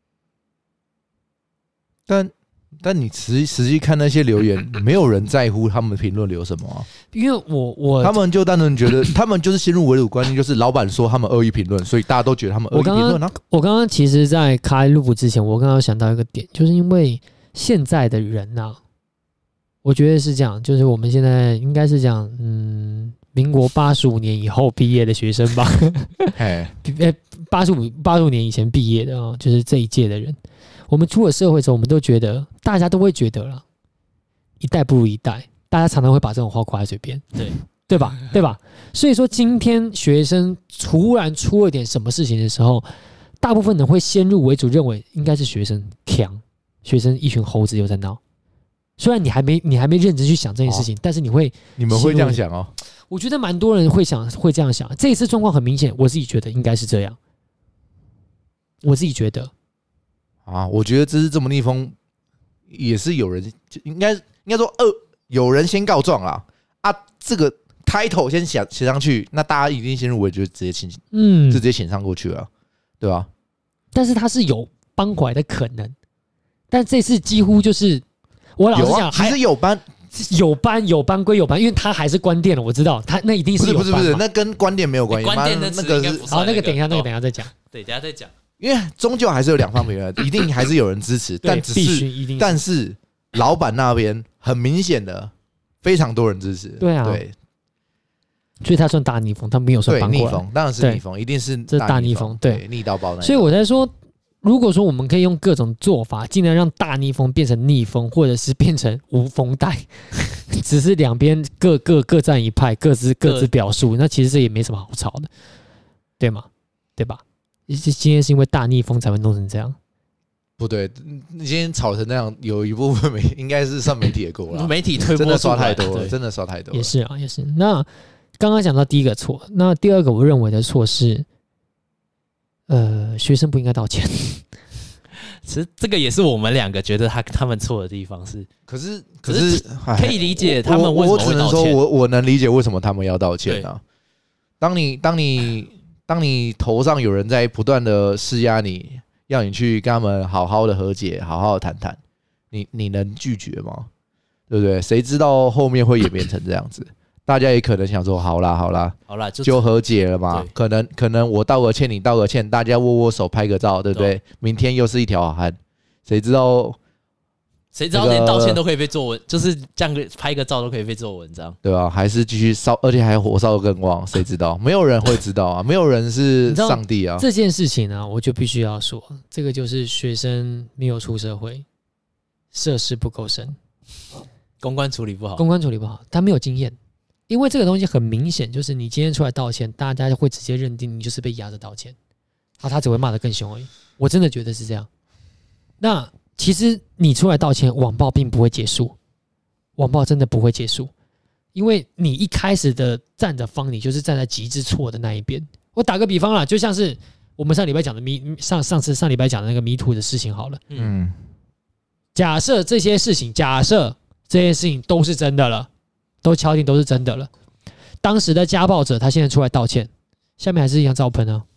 但但你实实际看那些留言，没有人在乎他们评论留什么啊？ 因为我我他们就单纯觉得，他们就是先入为主观念，就是老板说他们恶意评论，所以大家都觉得他们恶意评论啊。 我刚刚其实，在开录之前，我刚刚想到一个点，就是因为现在的人啊，我觉得是这样，就是我们现在应该是讲，嗯，民国八十五年以后毕业的学生吧，哎，八十五八十五年以前毕业的啊，就是这一届的人。我们出了社会之后，我们都觉得，大家都会觉得啦，一代不如一代，大家常常会把这种话挂在嘴边， 对对吧？对吧？所以说，今天学生突然出了点什么事情的时候，大部分人会先入为主，认为应该是学生强，学生一群猴子又在闹。 虽然你还没你还没认真去想这件事情，哦、但是你会你们会这样想哦？ 我觉得蛮多人会想会这样想。这一次状况很明显，我自己觉得应该是这样。我自己觉得啊，我觉得这是这么逆风，也是有人应该应该说呃，有人先告状啦啊，这个 title 先写写上去，那大家一定先入为就直接请嗯，直接请上过去了，对吧？ 但是他是有搬回来的可能，但这次几乎就是我老实讲， 其实有搬。 有搬有搬归有搬，因为他还是关店了。我知道他那一定是有搬， 不是不是不是，那跟关店没有关系。 关店的那个是好，那个等一下，那个等一下再讲。 对，等一下再讲。 因为终究还是有两方面，一定还是有人支持，但只是但是老板那边很明显的非常多人支持。 对啊，对，所以他算大逆风，他没有算搬过来。 逆风当然是逆风，一定是这大逆风，对， 逆到爆。 所以我在说。如果说我们可以用各种做法，尽量让大逆风变成逆风，或者是变成无风带，只是两边各各各站一派，各自各自表述，那其实这也没什么好吵的，对吗？对吧？今天是因为大逆风才会弄成这样， 不对，今天吵成那样，有一部分媒应该是算媒体的锅了， 媒体推波真的刷太多了，真的刷太多了， 也是啊，也是。那刚刚讲到第一个错，那第二个我认为的错是。呃，学生不应该道歉。 其实这个也是我们两个觉得他他们错的地方是， 可是可是可以理解他们为什么会道歉。 我只能说我我能理解为什么他们要道歉啊。当你当你当你头上有人在不断的施压你，要你去跟他们好好的和解，好好的谈谈，你你能拒绝吗？对不对？谁知道后面会演变成这样子？大家也可能想说，好啦好啦好啦，就, 就和解了嘛。可能可能我道个歉，你道个歉，大家握握手，拍个照，对不对？明天又是一条好汉。谁知道？ 谁知道连道歉都可以被做文，就是这样拍个照都可以被做文章， 对吧、啊？还是继续烧，而且还火烧更旺，谁知道？没有人会知道啊，没有人是上帝啊。 这件事情呢、啊，我就必须要说，这个就是学生没有出社会，涉世不够深， 公关处理不好， 公关处理不好，他没有经验。因为这个东西很明显，就是你今天出来道歉，大家会直接认定你就是被压着道歉，啊，他只会骂得更凶而已。我真的觉得是这样。那其实你出来道歉，网暴并不会结束，网暴真的不会结束，因为你一开始的站的方，你就是站在极致错的那一边。我打个比方啦，就像是我们上礼拜讲的 Me 上上次上礼拜讲的那个 Me Too 的事情好了，嗯，假设这些事情，假设这些事情都是真的了。都敲定都是真的了。当时的家暴者他现在出来道歉，下面还是一样照喷啊，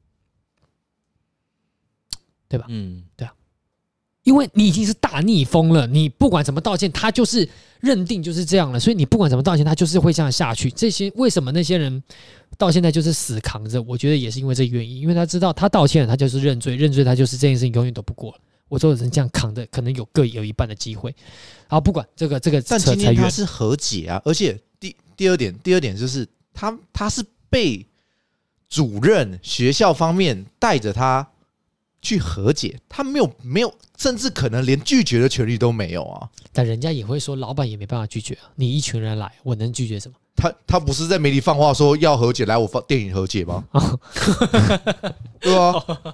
对吧？嗯，对啊，因为你已经是大逆风了，你不管怎么道歉，他就是认定就是这样了，所以你不管怎么道歉，他就是会这样下去。这些为什么那些人到现在就是死扛着？我觉得也是因为这个原因，因为他知道他道歉了，他就是认罪，认罪他就是这件事情永远都不过了。我做的人这样扛的，可能有各有一半的机会。好，不管这个这个， 但今天他是和解啊，而且第第二点，第二点就是他他是被主任学校方面带着他去和解，他没有没有，甚至可能连拒绝的权利都没有啊。 但人家也会说，老板也没办法拒绝啊。你一群人来，我能拒绝什么？ 他他不是在媒体放话说要和解，来我放电影和解吗？对啊。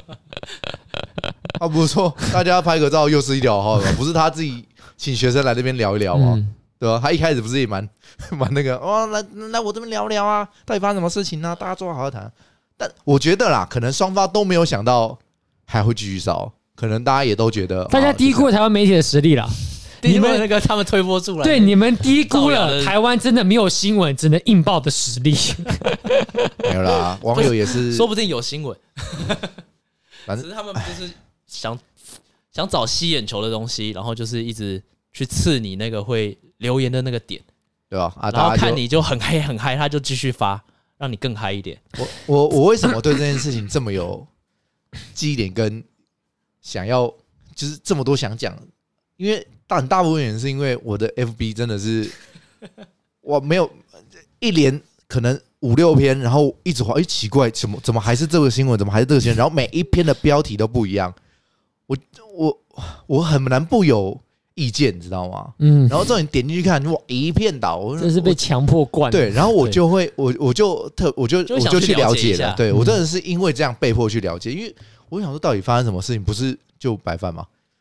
啊，不错，大家拍个照又是一条好汉，不是他自己请学生来这边聊一聊吗？嗯、对吧？他一开始不是也蛮蛮那个哦，来来我这边聊聊啊，到底发生什么事情呢、啊？大家坐好好谈。但我觉得啦，可能双方都没有想到还会继续烧，可能大家也都觉得大家低估了台湾媒体的实力啦。 你们那个他们推波助澜， 对你们低估了台湾真的没有新闻，只能硬报的实力。 没有啦，网友也是， 说不定有新闻。反正他们就是想想找吸眼球的东西，然后就是一直去刺你那个会留言的那个点， 对吧？啊， 然后看你就很嗨很嗨，他就继续发，让你更嗨一点。 我我我为什么对这件事情这么有记忆点，跟想要就是这么多想讲？因为大很大部分人是因为我的 F B 真的是我没有一连可能五六篇，然后一直滑，哎，奇怪，怎么怎么还是这个新闻，怎么还是这个新闻？然后每一篇的标题都不一样，我我我很难不有意见，你知道吗？嗯，然后这种点进去看，哇，一片倒， 这是被强迫灌。 对，然后我就会，我我就特，我就我就去了解了。对我真的是因为这样被迫去了解，因为我想说，到底发生什么事情？不是就白饭吗？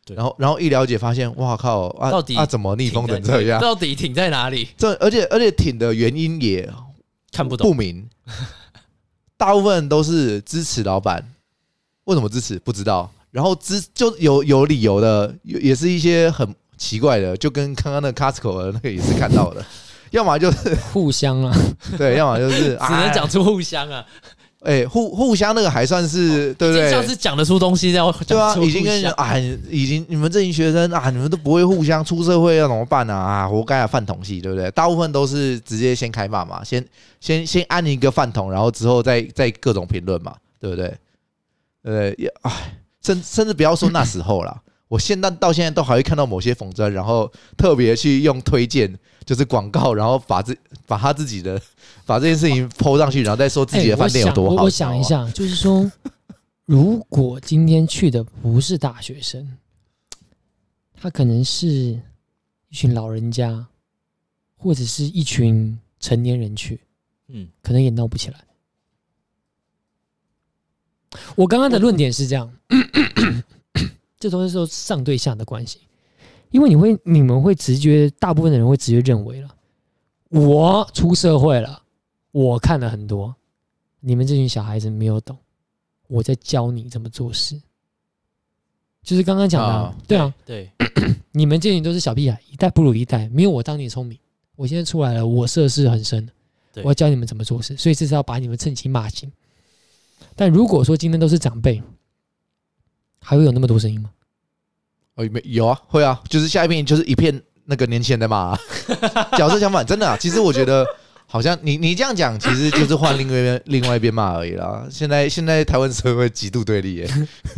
然后然后一了解发现，哇靠啊， 到底啊怎么逆风成这样？ 到底挺在哪里？ 这而且而且挺的原因也看不懂不明，大部分都是支持老板，为什么支持不知道，然后支就有有理由的，也是一些很奇怪的，就跟刚刚那个 Costco 的那个也是看到的，要么就是互相啊， 对，要么就是只能讲出互相啊。 哎、欸，互互相那个还算是、哦、对不对？ 像是讲得出东西，这样对啊，已经跟人啊，已经你们这群学生啊，你们都不会互相，出社会要怎么办啊？啊，活该啊，饭桶系，对不对？大部分都是直接先开骂嘛，先先先安一个饭桶，然后之后再再各种评论嘛，对不对？对不对？哎，甚甚至不要说那时候啦，我现在到现在都还会看到某些粉专，然后特别去用推荐，就是广告，然后把自把他自己的。把这件事情 po 上去，然后再说自己的饭店有多好、欸我。我想一下，就是说，如果今天去的不是大学生，他可能是一群老人家，或者是一群成年人去，嗯，可能也闹不起来。我刚刚的论点是这样，这都是说上对下的关系，因为你会你们会直觉，大部分的人会直觉认为了，我出社会了。我看了很多，你们这群小孩子没有懂，我在教你怎么做事。就是刚刚讲的、啊哦，对啊， 对， 你们这群都是小屁孩，一代不如一代，没有我当年聪明。我现在出来了，我涉世很深，我要教你们怎么做事，所以这是要把你们趁机骂醒。但如果说今天都是长辈，还会有那么多声音吗？ 哦，有啊，会啊，就是下一片就是一片那个年轻人在骂、啊，角色相反，真的啊。其实我觉得。好像你你这样讲，其实就是换另外一边另外一边骂而已啦。现在现在台湾社会极度对立耶，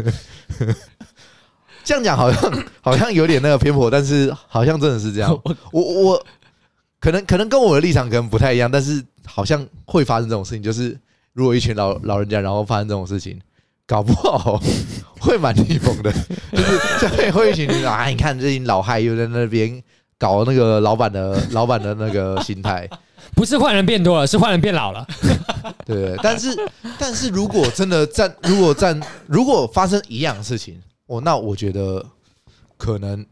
这样讲好像好像有点那个偏颇，但是好像真的是这样。我我可能可能跟我的立场可能不太一样，但是好像会发生这种事情。就是如果一群老老人家，然后发生这种事情，搞不好会蛮逆风的。就是下面会一群人啊，你看这群老害又在那边搞那个老板的老板的那个心态。 不是坏人变多了，是坏人变老了。 对，但是但是如果真的站，如果站，如果发生一样的事情，哦，那我觉得可能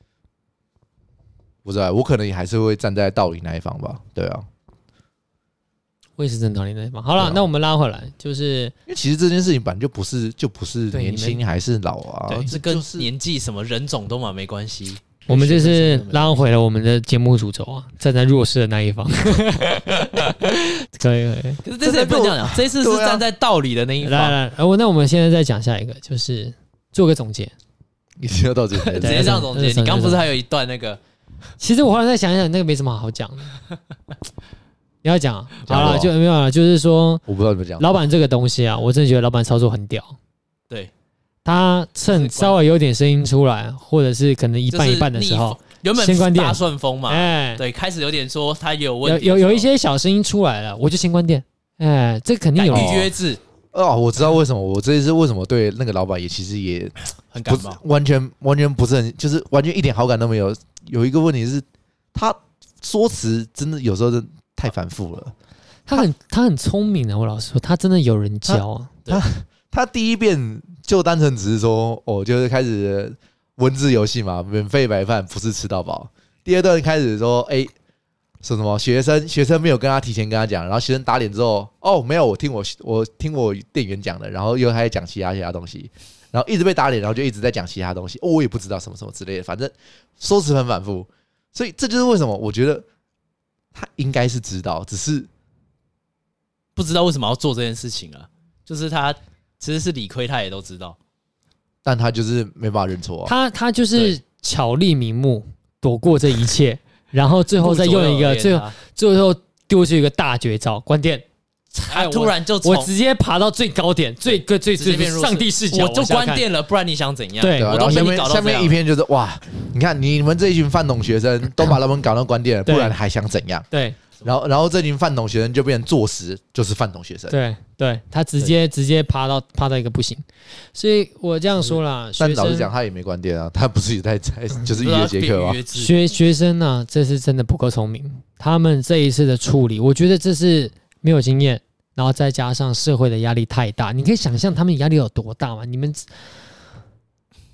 不知道，我可能也还是会站在道理那一方吧。对啊， 我也是站在道理那一方。好了、啊，那我们拉回来，就是因为其实这件事情本来就不是就不是年轻还是老啊， 对，这跟年纪什么人种都嘛没关系。 我们这是拉回了我们的节目主轴啊，站在弱势的那一方。可以可以， 可是这次也不能这样讲，这次是站在道理的那一方。 来来，我那我们现在再讲下一个，就是做个总结。 你直接到这里， 直接这样总结。你刚不是还有一段那个？ 其实我后来再想一想，那个没什么好讲的。你要讲好了就没有了，就是说， 我不知道怎么讲。 老板这个东西啊，我真的觉得老板操作很屌。 对。 他趁稍微有点声音出来，或者是可能一半一半的时候， 原本先关电， 大顺风嘛，哎，对，开始有点说他有问题， 有有有一些小声音出来了，我就先关电，哎，这肯定有预约制哦，我知道为什么，我这一次为什么对那个老板也其实也很感冒， 完全完全不是很，就是完全一点好感都没有。有一个问题是，他说辞真的有时候真的太繁复了。 他很他很聪明啊，我老实说，他真的有人教啊， 他他第一遍。就单纯只是说，哦，就是开始文字游戏嘛，免费白饭不是吃到饱。第二段开始说，哎、欸，说什么学生学生没有跟他提前跟他讲，然后学生打脸之后，哦，没有，我听我我听我店员讲的，然后又开始讲其他其他东西，然后一直被打脸，然后就一直在讲其他东西，哦，我也不知道什么什么之类的，反正说辞很反复，所以这就是为什么我觉得他应该是知道，只是不知道为什么要做这件事情啊，就是他。其实是理亏，他也都知道， 但他就是没办法认错、啊。 他他就是巧立名目，躲过这一切，然后最后再用一个最后最后丢出一个大绝招，关电。 他突然就我直接爬到最高点，最最最最上帝视角， 我就关电了，不然你想怎样？ 对， 我都下面下面一篇就是哇，你看你们这一群饭桶学生都把他们搞到关电了，不然还想怎样？ 对。 然后，然后这群饭桶学生就变成坐实，就是饭桶学生。 对对，他直接直接爬到爬到一个不行，所以我这样说啦。 但老实讲，他也没关电啊，他不是也在在就是预约接客吗？ 学学生呢、啊，这是真的不够聪明。他们这一次的处理，我觉得这是没有经验，然后再加上社会的压力太大，你可以想象他们压力有多大吗？你们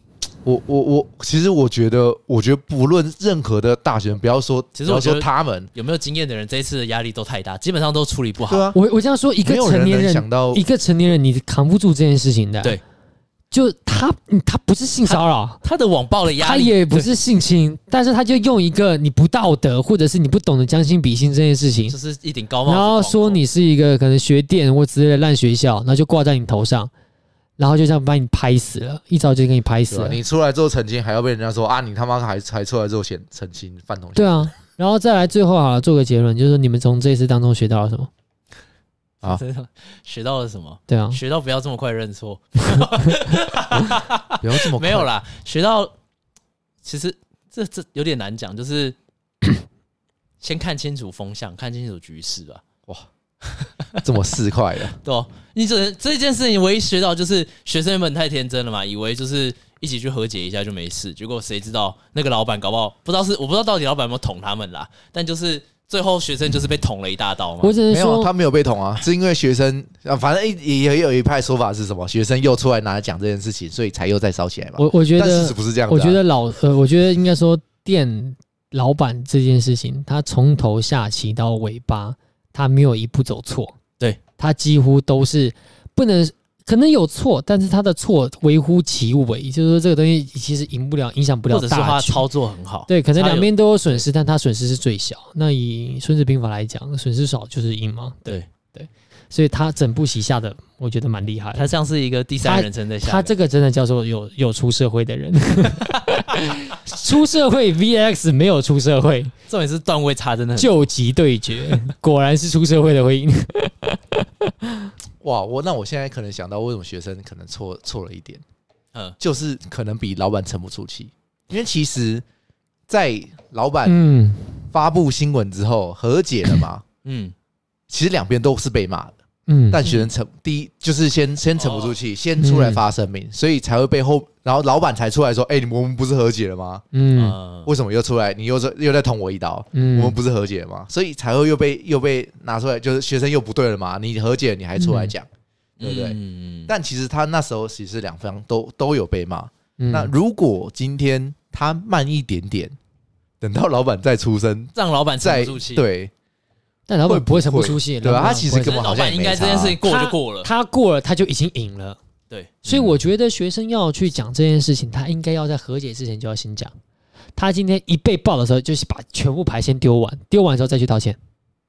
我我我，其实我觉得，我觉得不论任何的大学生，不要说， 其实我说他们有没有经验的人，这一次的压力都太大，基本上都处理不好。 对啊， 我我这样说，一个成年人， 想到一个成年人，你扛不住这件事情的。 对， 就他他不是性骚扰， 他的网暴的压力，他也不是性侵，但是他就用一个你不道德，或者是你不懂得将心比心这件事情， 就是一顶高帽子， 然后说你是一个可能学电或之类的烂学校，然后就挂在你头上。然后就这样把你拍死了，一招就给你拍死了。 你出来之后澄清，还要被人家说啊，你他妈还还出来之后显澄清犯同学。 对啊，然后再来最后好了，做个结论，就是你们从这一次当中学到了什么？ 啊，学到了什么？ 对啊， 学到不要这么快认错， 不要这么快没有啦，学到其实这这有点难讲，就是先看清楚风向，看清楚局势吧。 哇！这么四块的， 对、哦，你这这件事情唯一学到就是学生们太天真了嘛，以为就是一起去和解一下就没事，结果谁知道那个老板搞不好不知道是我不知道到底老板有没有捅他们啦，但就是最后学生就是被捅了一大刀嘛。 我只能说没有，他没有被捅啊，是因为学生啊，反正也也有一派说法是什么，学生又出来拿来讲这件事情，所以才又再烧起来嘛。 我我觉得， 但事实不是这样子、啊。 我觉得老呃，我觉得应该说店老板这件事情，他从头下棋到尾巴，他没有一步走错。 对， 他几乎都是不能，可能有错，但是他的错微乎其微，就是说这个东西其实赢不了，影响不了大局， 或者是他操作很好， 对，可能两边都有损失，但他损失是最小。那以孙子兵法来讲，损失少就是赢嘛。对对，所以他整部棋下的，我觉得蛮厉害的。 他像是一个第三人称在下， 他这个真的叫做有有出社会的人，出社会 V X 没有出社会， 重点是段位差真的很究极对决，果然是出社会的会赢。 哇，我那我现在可能想到为什么学生可能错错了一点， 嗯， 就是可能比老板沉不住气，因为其实，在老板发布新闻之后和解了嘛，嗯，其实两边都是被骂的，嗯，但学生沉第一就是先先沉不住气，哦、先出来发声明，嗯、所以才会被后，然后老板才出来说，哎、欸，我们不是和解了吗？嗯，为什么又出来？你又又在捅我一刀？嗯，我们不是和解了吗？所以才会又被又被拿出来，就是学生又不对了嘛？你和解了，你还出来讲，嗯、对不对？嗯、但其实他那时候其实两方都都有被骂。嗯、那如果今天他慢一点点，等到老板再出声， 让老板沉不住气， 对。 但老板不会沉不住气， 对吧？他其实根本好像应该这件事情过就过了， 他, 他过了他就已经赢了。 对， 所以我觉得学生要去讲这件事情，他应该要在和解之前就要先讲。他今天一被爆的时候，就是把全部牌先丢完，丢完之后再去道歉。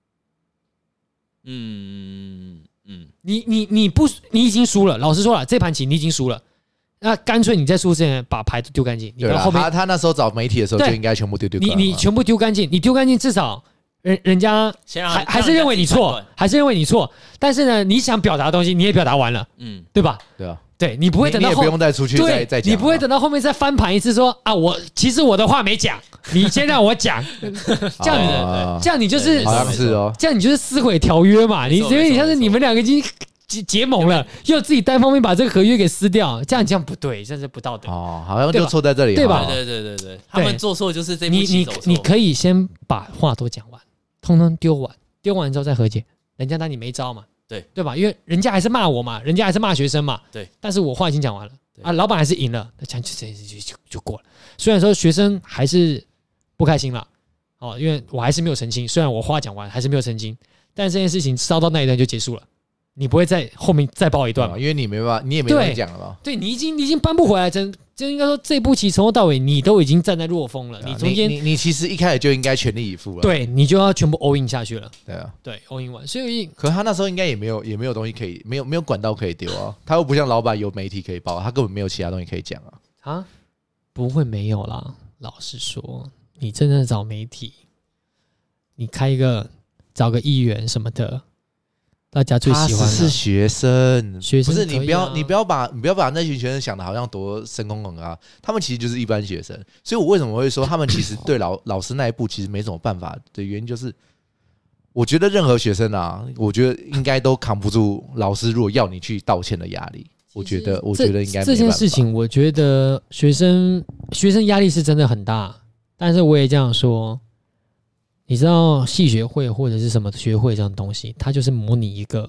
嗯嗯，你你你不你已经输了，老实说了，这盘棋你已经输了，那干脆你在输之前把牌都丢干净。 对了，他他那时候找媒体的时候就应该全部丢丢。 你你全部丢干净，你丢干净至少。人人家还还是认为你错，还是认为你错，但是呢，你想表达的东西你也表达完了，嗯，对吧？ 对啊， 对你不会等到后你也不用再出去再再讲， 你不会等到后面再翻盘一次说啊，我其实我的话没讲，你先让我讲，这样子，这样你就是好像是哦， 这样你就是撕毁条约嘛，你因为你像是你们两个已经结结盟了，又自己单方面把这个合约给撕掉，这样这样不对，这样是不道德哦，好像就错在这里， 对吧？ 对对对对，他们做错就是这步棋走错， 你你可以先把话都讲完。通通丢完，丢完之后再和解，人家当你没招嘛， 对对吧？因为人家还是骂我嘛，人家还是骂学生嘛， 对。 但是我话已经讲完了啊，老板还是赢了，那讲就这就就就过了。虽然说学生还是不开心了，哦，因为我还是没有澄清，虽然我话讲完还是没有澄清，但这件事情烧到那一段就结束了，你不会在后面再爆一段嘛？ 因为你没办法，你也没办法讲了嘛。 对，你已经你已经扳不回来，真。就应该说这步棋从头到尾你都已经站在弱风了， 啊、 你中间你, 你, 你其实一开始就应该全力以赴了， 对你就要全部 all in 下去了， 对啊， 对 all in 完，所以可是他那时候应该也没有也没有东西可以，没有没有管道可以丢啊，他又不像老板有媒体可以报，他根本没有其他东西可以讲啊， 啊，不会没有啦，老实说，你真的找媒体，你开一个找个议员什么的。大家最喜欢的是学生， 学生、啊、 不是你不要你不要把你不要把那群学生想的好像多深公公啊，他们其实就是一般学生。所以我为什么会说他们其实对老老师那一步其实没什么办法的原因，就是我觉得任何学生啊，我觉得应该都扛不住老师如果要你去道歉的压力。我觉得我觉得应该没办法。 这件事情，我觉得学生学生压力是真的很大，但是我也这样说。你知道系学会或者是什么学会这样的东西，它就是模拟一个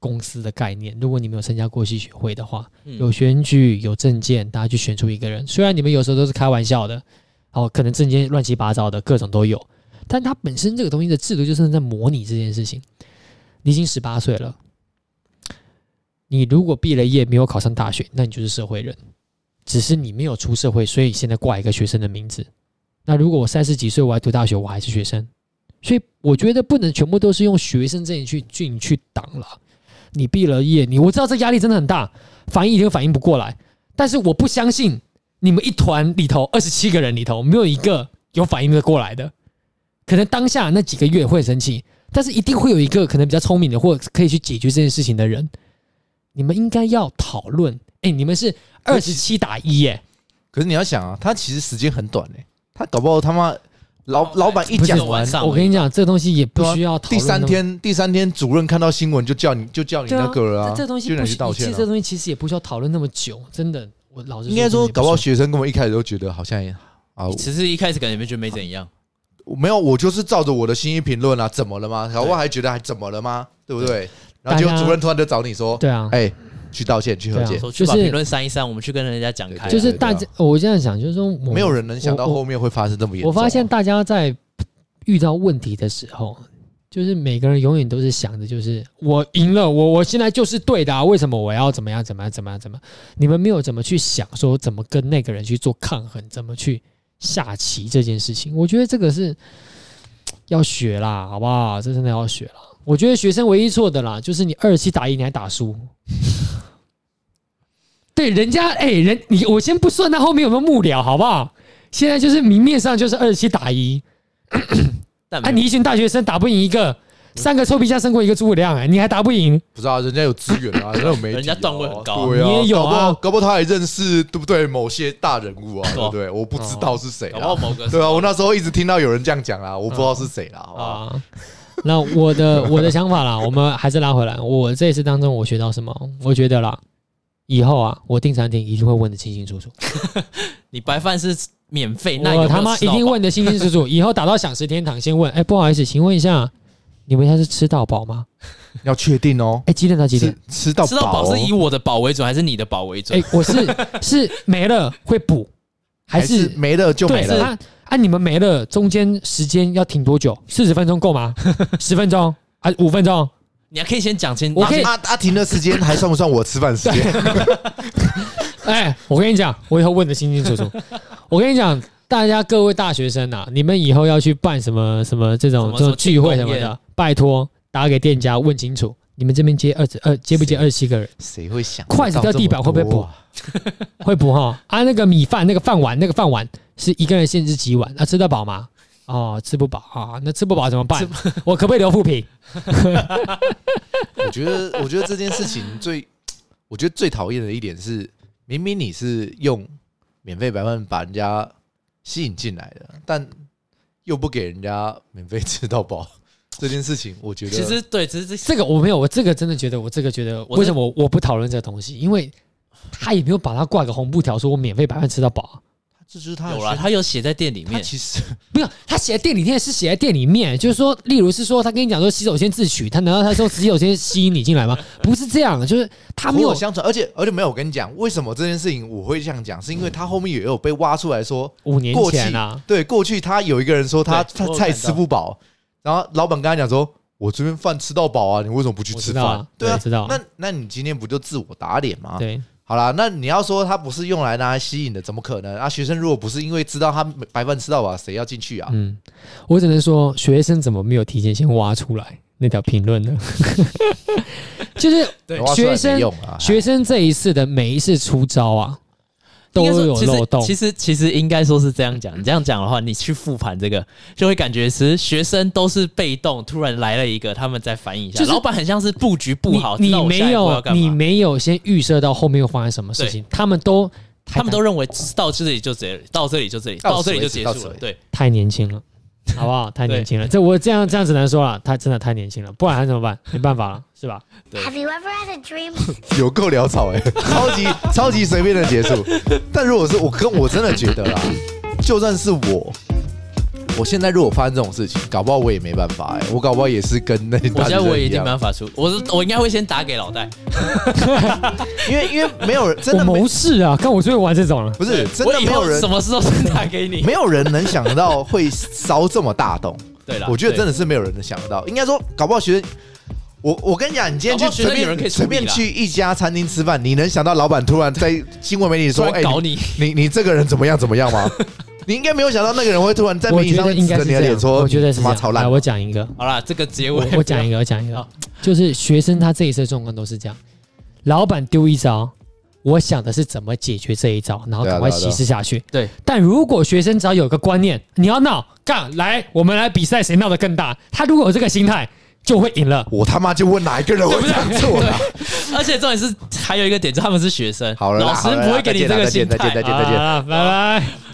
公司的概念。如果你们有参加过系学会的话， 嗯、 有选举有政见，大家去选出一个人。虽然你们有时候都是开玩笑的，哦，可能政见乱七八糟的各种都有，但它本身这个东西的制度就是在模拟这件事情。你已经十八岁了，你如果毕了业没有考上大学，那你就是社会人，只是你没有出社会，所以现在挂一个学生的名字。那如果我三十几岁我还读大学，我还是学生。所以我觉得不能全部都是用学生这一去进去挡了。你毕了业，你我知道这压力真的很大，反应一定反应不过来。但是我不相信你们一团里头二十七个人里头没有一个有反应的过来的。可能当下那几个月会很生气，但是一定会有一个可能比较聪明的，或可以去解决这件事情的人。你们应该要讨论。哎，你们是二十七打一耶。 可是你要想啊，他其实时间很短哎，他搞不好他妈。老老板一讲完， 我跟你讲，这东西也不需要讨论。 第三天，第三天主任看到新闻就叫你就叫你那个了啊。 这东西不需要，其实这东西其实也不需要讨论那么久，真的。我老实说， 应该说，搞不好学生跟我一开始都觉得好像啊，其实一开始感觉没觉得没怎样。 没有，我就是照着我的新意评论啊，怎么了吗？搞不好还觉得还怎么了吗？对不对？然后结果主任突然就找你说， 对啊， 哎。去道歉，去和解， 去把评论删一删，我们去跟人家讲开。 就是大家，我这样想，就是说， 没有人能想到后面会发生这么严重。 我发现大家在遇到问题的时候，就是每个人永远都是想着，就是我赢了，我我现在就是对的、啊，为什么我要怎么样怎么样怎么样怎么样？你们没有怎么去想说怎么跟那个人去做抗衡，怎么去下棋这件事情。我觉得这个是要学啦，好不好？这真的要学啦。我觉得学生唯一错的啦，就是你二十七打一你还打输。对，人家哎、欸，人你我先不算他后面有没有幕僚，好不好？现在就是明面上就是二十七打一，啊，你一群大学生打不赢一个，三个臭皮匠胜过一个诸葛亮，哎，你还打不赢？ 不知道、啊，人家有资源啊，人家有媒体、啊， 人家段位很高、啊， 对啊， 你也有啊， 搞不好他还认识对不对？某些大人物啊，对不对？我不知道是谁啊， 某个对啊，我那时候一直听到有人这样讲啊，我不知道是谁啦，好不好？ 啊那我的我的想法啦，我们还是拉回来。我这一次当中，我学到什么？我觉得啦，以后啊，我订餐厅一定会问得清清楚楚。 你白饭是免费，那有我他妈一定问得清清楚楚。以后打到享食天堂，先问，哎、欸，不好意思，请问一下，你们现在是吃到饱吗？ 要确定哦。 哎、欸，几点到几点？ 吃到饱、哦， 吃到饱是以我的饱为准，还是你的饱为准？ 哎、欸，我是是没了会补，还是没了就没了？ 啊，你们没了，中间时间要停多久？四十分钟够吗？十分钟啊，五分钟？ 你还可以先讲清。 我可以啊啊，停的时间还算不算我吃饭时间？ 哎、欸，我跟你讲，我以后问的清清楚楚。我跟你讲，大家各位大学生啊，你们以后要去办什么什么这种这种聚会什么的，拜托打给店家问清楚，你们这边接二十二接不接二十七个人？ 谁会想？ 筷子掉地板会不会补？会补哈啊！那个米饭那个饭碗那个饭碗是一个人限制几碗啊？吃得饱吗？哦，吃不饱啊，那吃不饱怎么办？我可不可以留负评？ 我觉得，我觉得这件事情最，我觉得最讨厌的一点是，明明你是用免费白饭把人家吸引进来的，但又不给人家免费吃到饱。这件事情，我觉得其实对，这是这个我没有，我这个真的觉得，我这个觉得，为什么我我不讨论这个东西？因为他也没有把它挂个红布条，说我免费白饭吃到饱。 这就是他有啦，他有写在店里面。 其实没有，他写在店里面是写在店里面，就是说，例如是说，他跟你讲说洗手先自取，他难道他说洗手先吸引你进来吗？不是这样，就是他没有相传，而且而且没有。我跟你讲，为什么这件事情我会这样讲，是因为他后面也有被挖出来说， 五年前啊， 对，过去他有一个人说他菜吃不饱，然后老板跟他讲说，我这边饭吃到饱啊，你为什么不去吃饭？ 对啊，知道。 那那你今天不就自我打脸吗？ 对。 好啦，那你要说他不是用来拿来吸引的，怎么可能啊？学生如果不是因为知道他白饭吃到饱，谁要进去啊？ 嗯，我只能说，学生怎么没有提前先挖出来那条评论呢？就是学生、 啊、 学生这一次的每一次出招啊，都有漏洞。 其实其实应该说是这样讲，你这样讲的话，你去复盘这个，就会感觉其实学生都是被动，突然来了一个，他们再反应一下。就是、老板很像是布局布好， 你, 你没有你没有先预设到后面会发生什么事情，他们都他们都认为到这里就这里，到这里就这里，到这里就结束了。对， 太年轻了。好不好？太年轻了，这我这样这样只能说了，他真的太年轻了，不然他怎么办？没办法了，是吧 ？Have you ever had a dream？ 有够潦草哎、欸，超级超级随便的结束。但如果是我跟我真的觉得啦，就算是我， 我现在如果发生这种事情，搞不好我也没办法哎、欸，我搞不好也是跟那我现在我也一定没办法出，我是我应该会先打给老戴， 因为因为没有人真的我谋士啊，看我最会玩这种了， 不是真的没有人什么事都是打给你， 没有人能想到会烧这么大洞。 对啦， 我觉得真的是没有人能想到，应该说搞不好学生。我我跟你讲，你今天去随便随便去一家餐厅吃饭，你能想到老板突然在新闻媒体说，哎， 搞你， 你你这个人怎么样怎么样吗？你应该没有想到那个人会突然在媒体上指着你的脸说， 我觉得是超烂。 我讲一个， 好啦，这个结尾我讲一个，我讲一个，就是学生他这一次的状况都是这样，老板丢一招，我想的是怎么解决这一招，然后赶快稀释下去。 对， 但如果学生只要有个观念，你要闹干来，我们来比赛谁闹得更大，他如果有这个心态。就会赢了。 我他妈就问哪一个人会这样做的？ 而且重点是还有一个点，就他们是学生， 好了， 老师不会给你这个心态。 再见，再见，再见，再见， 拜拜。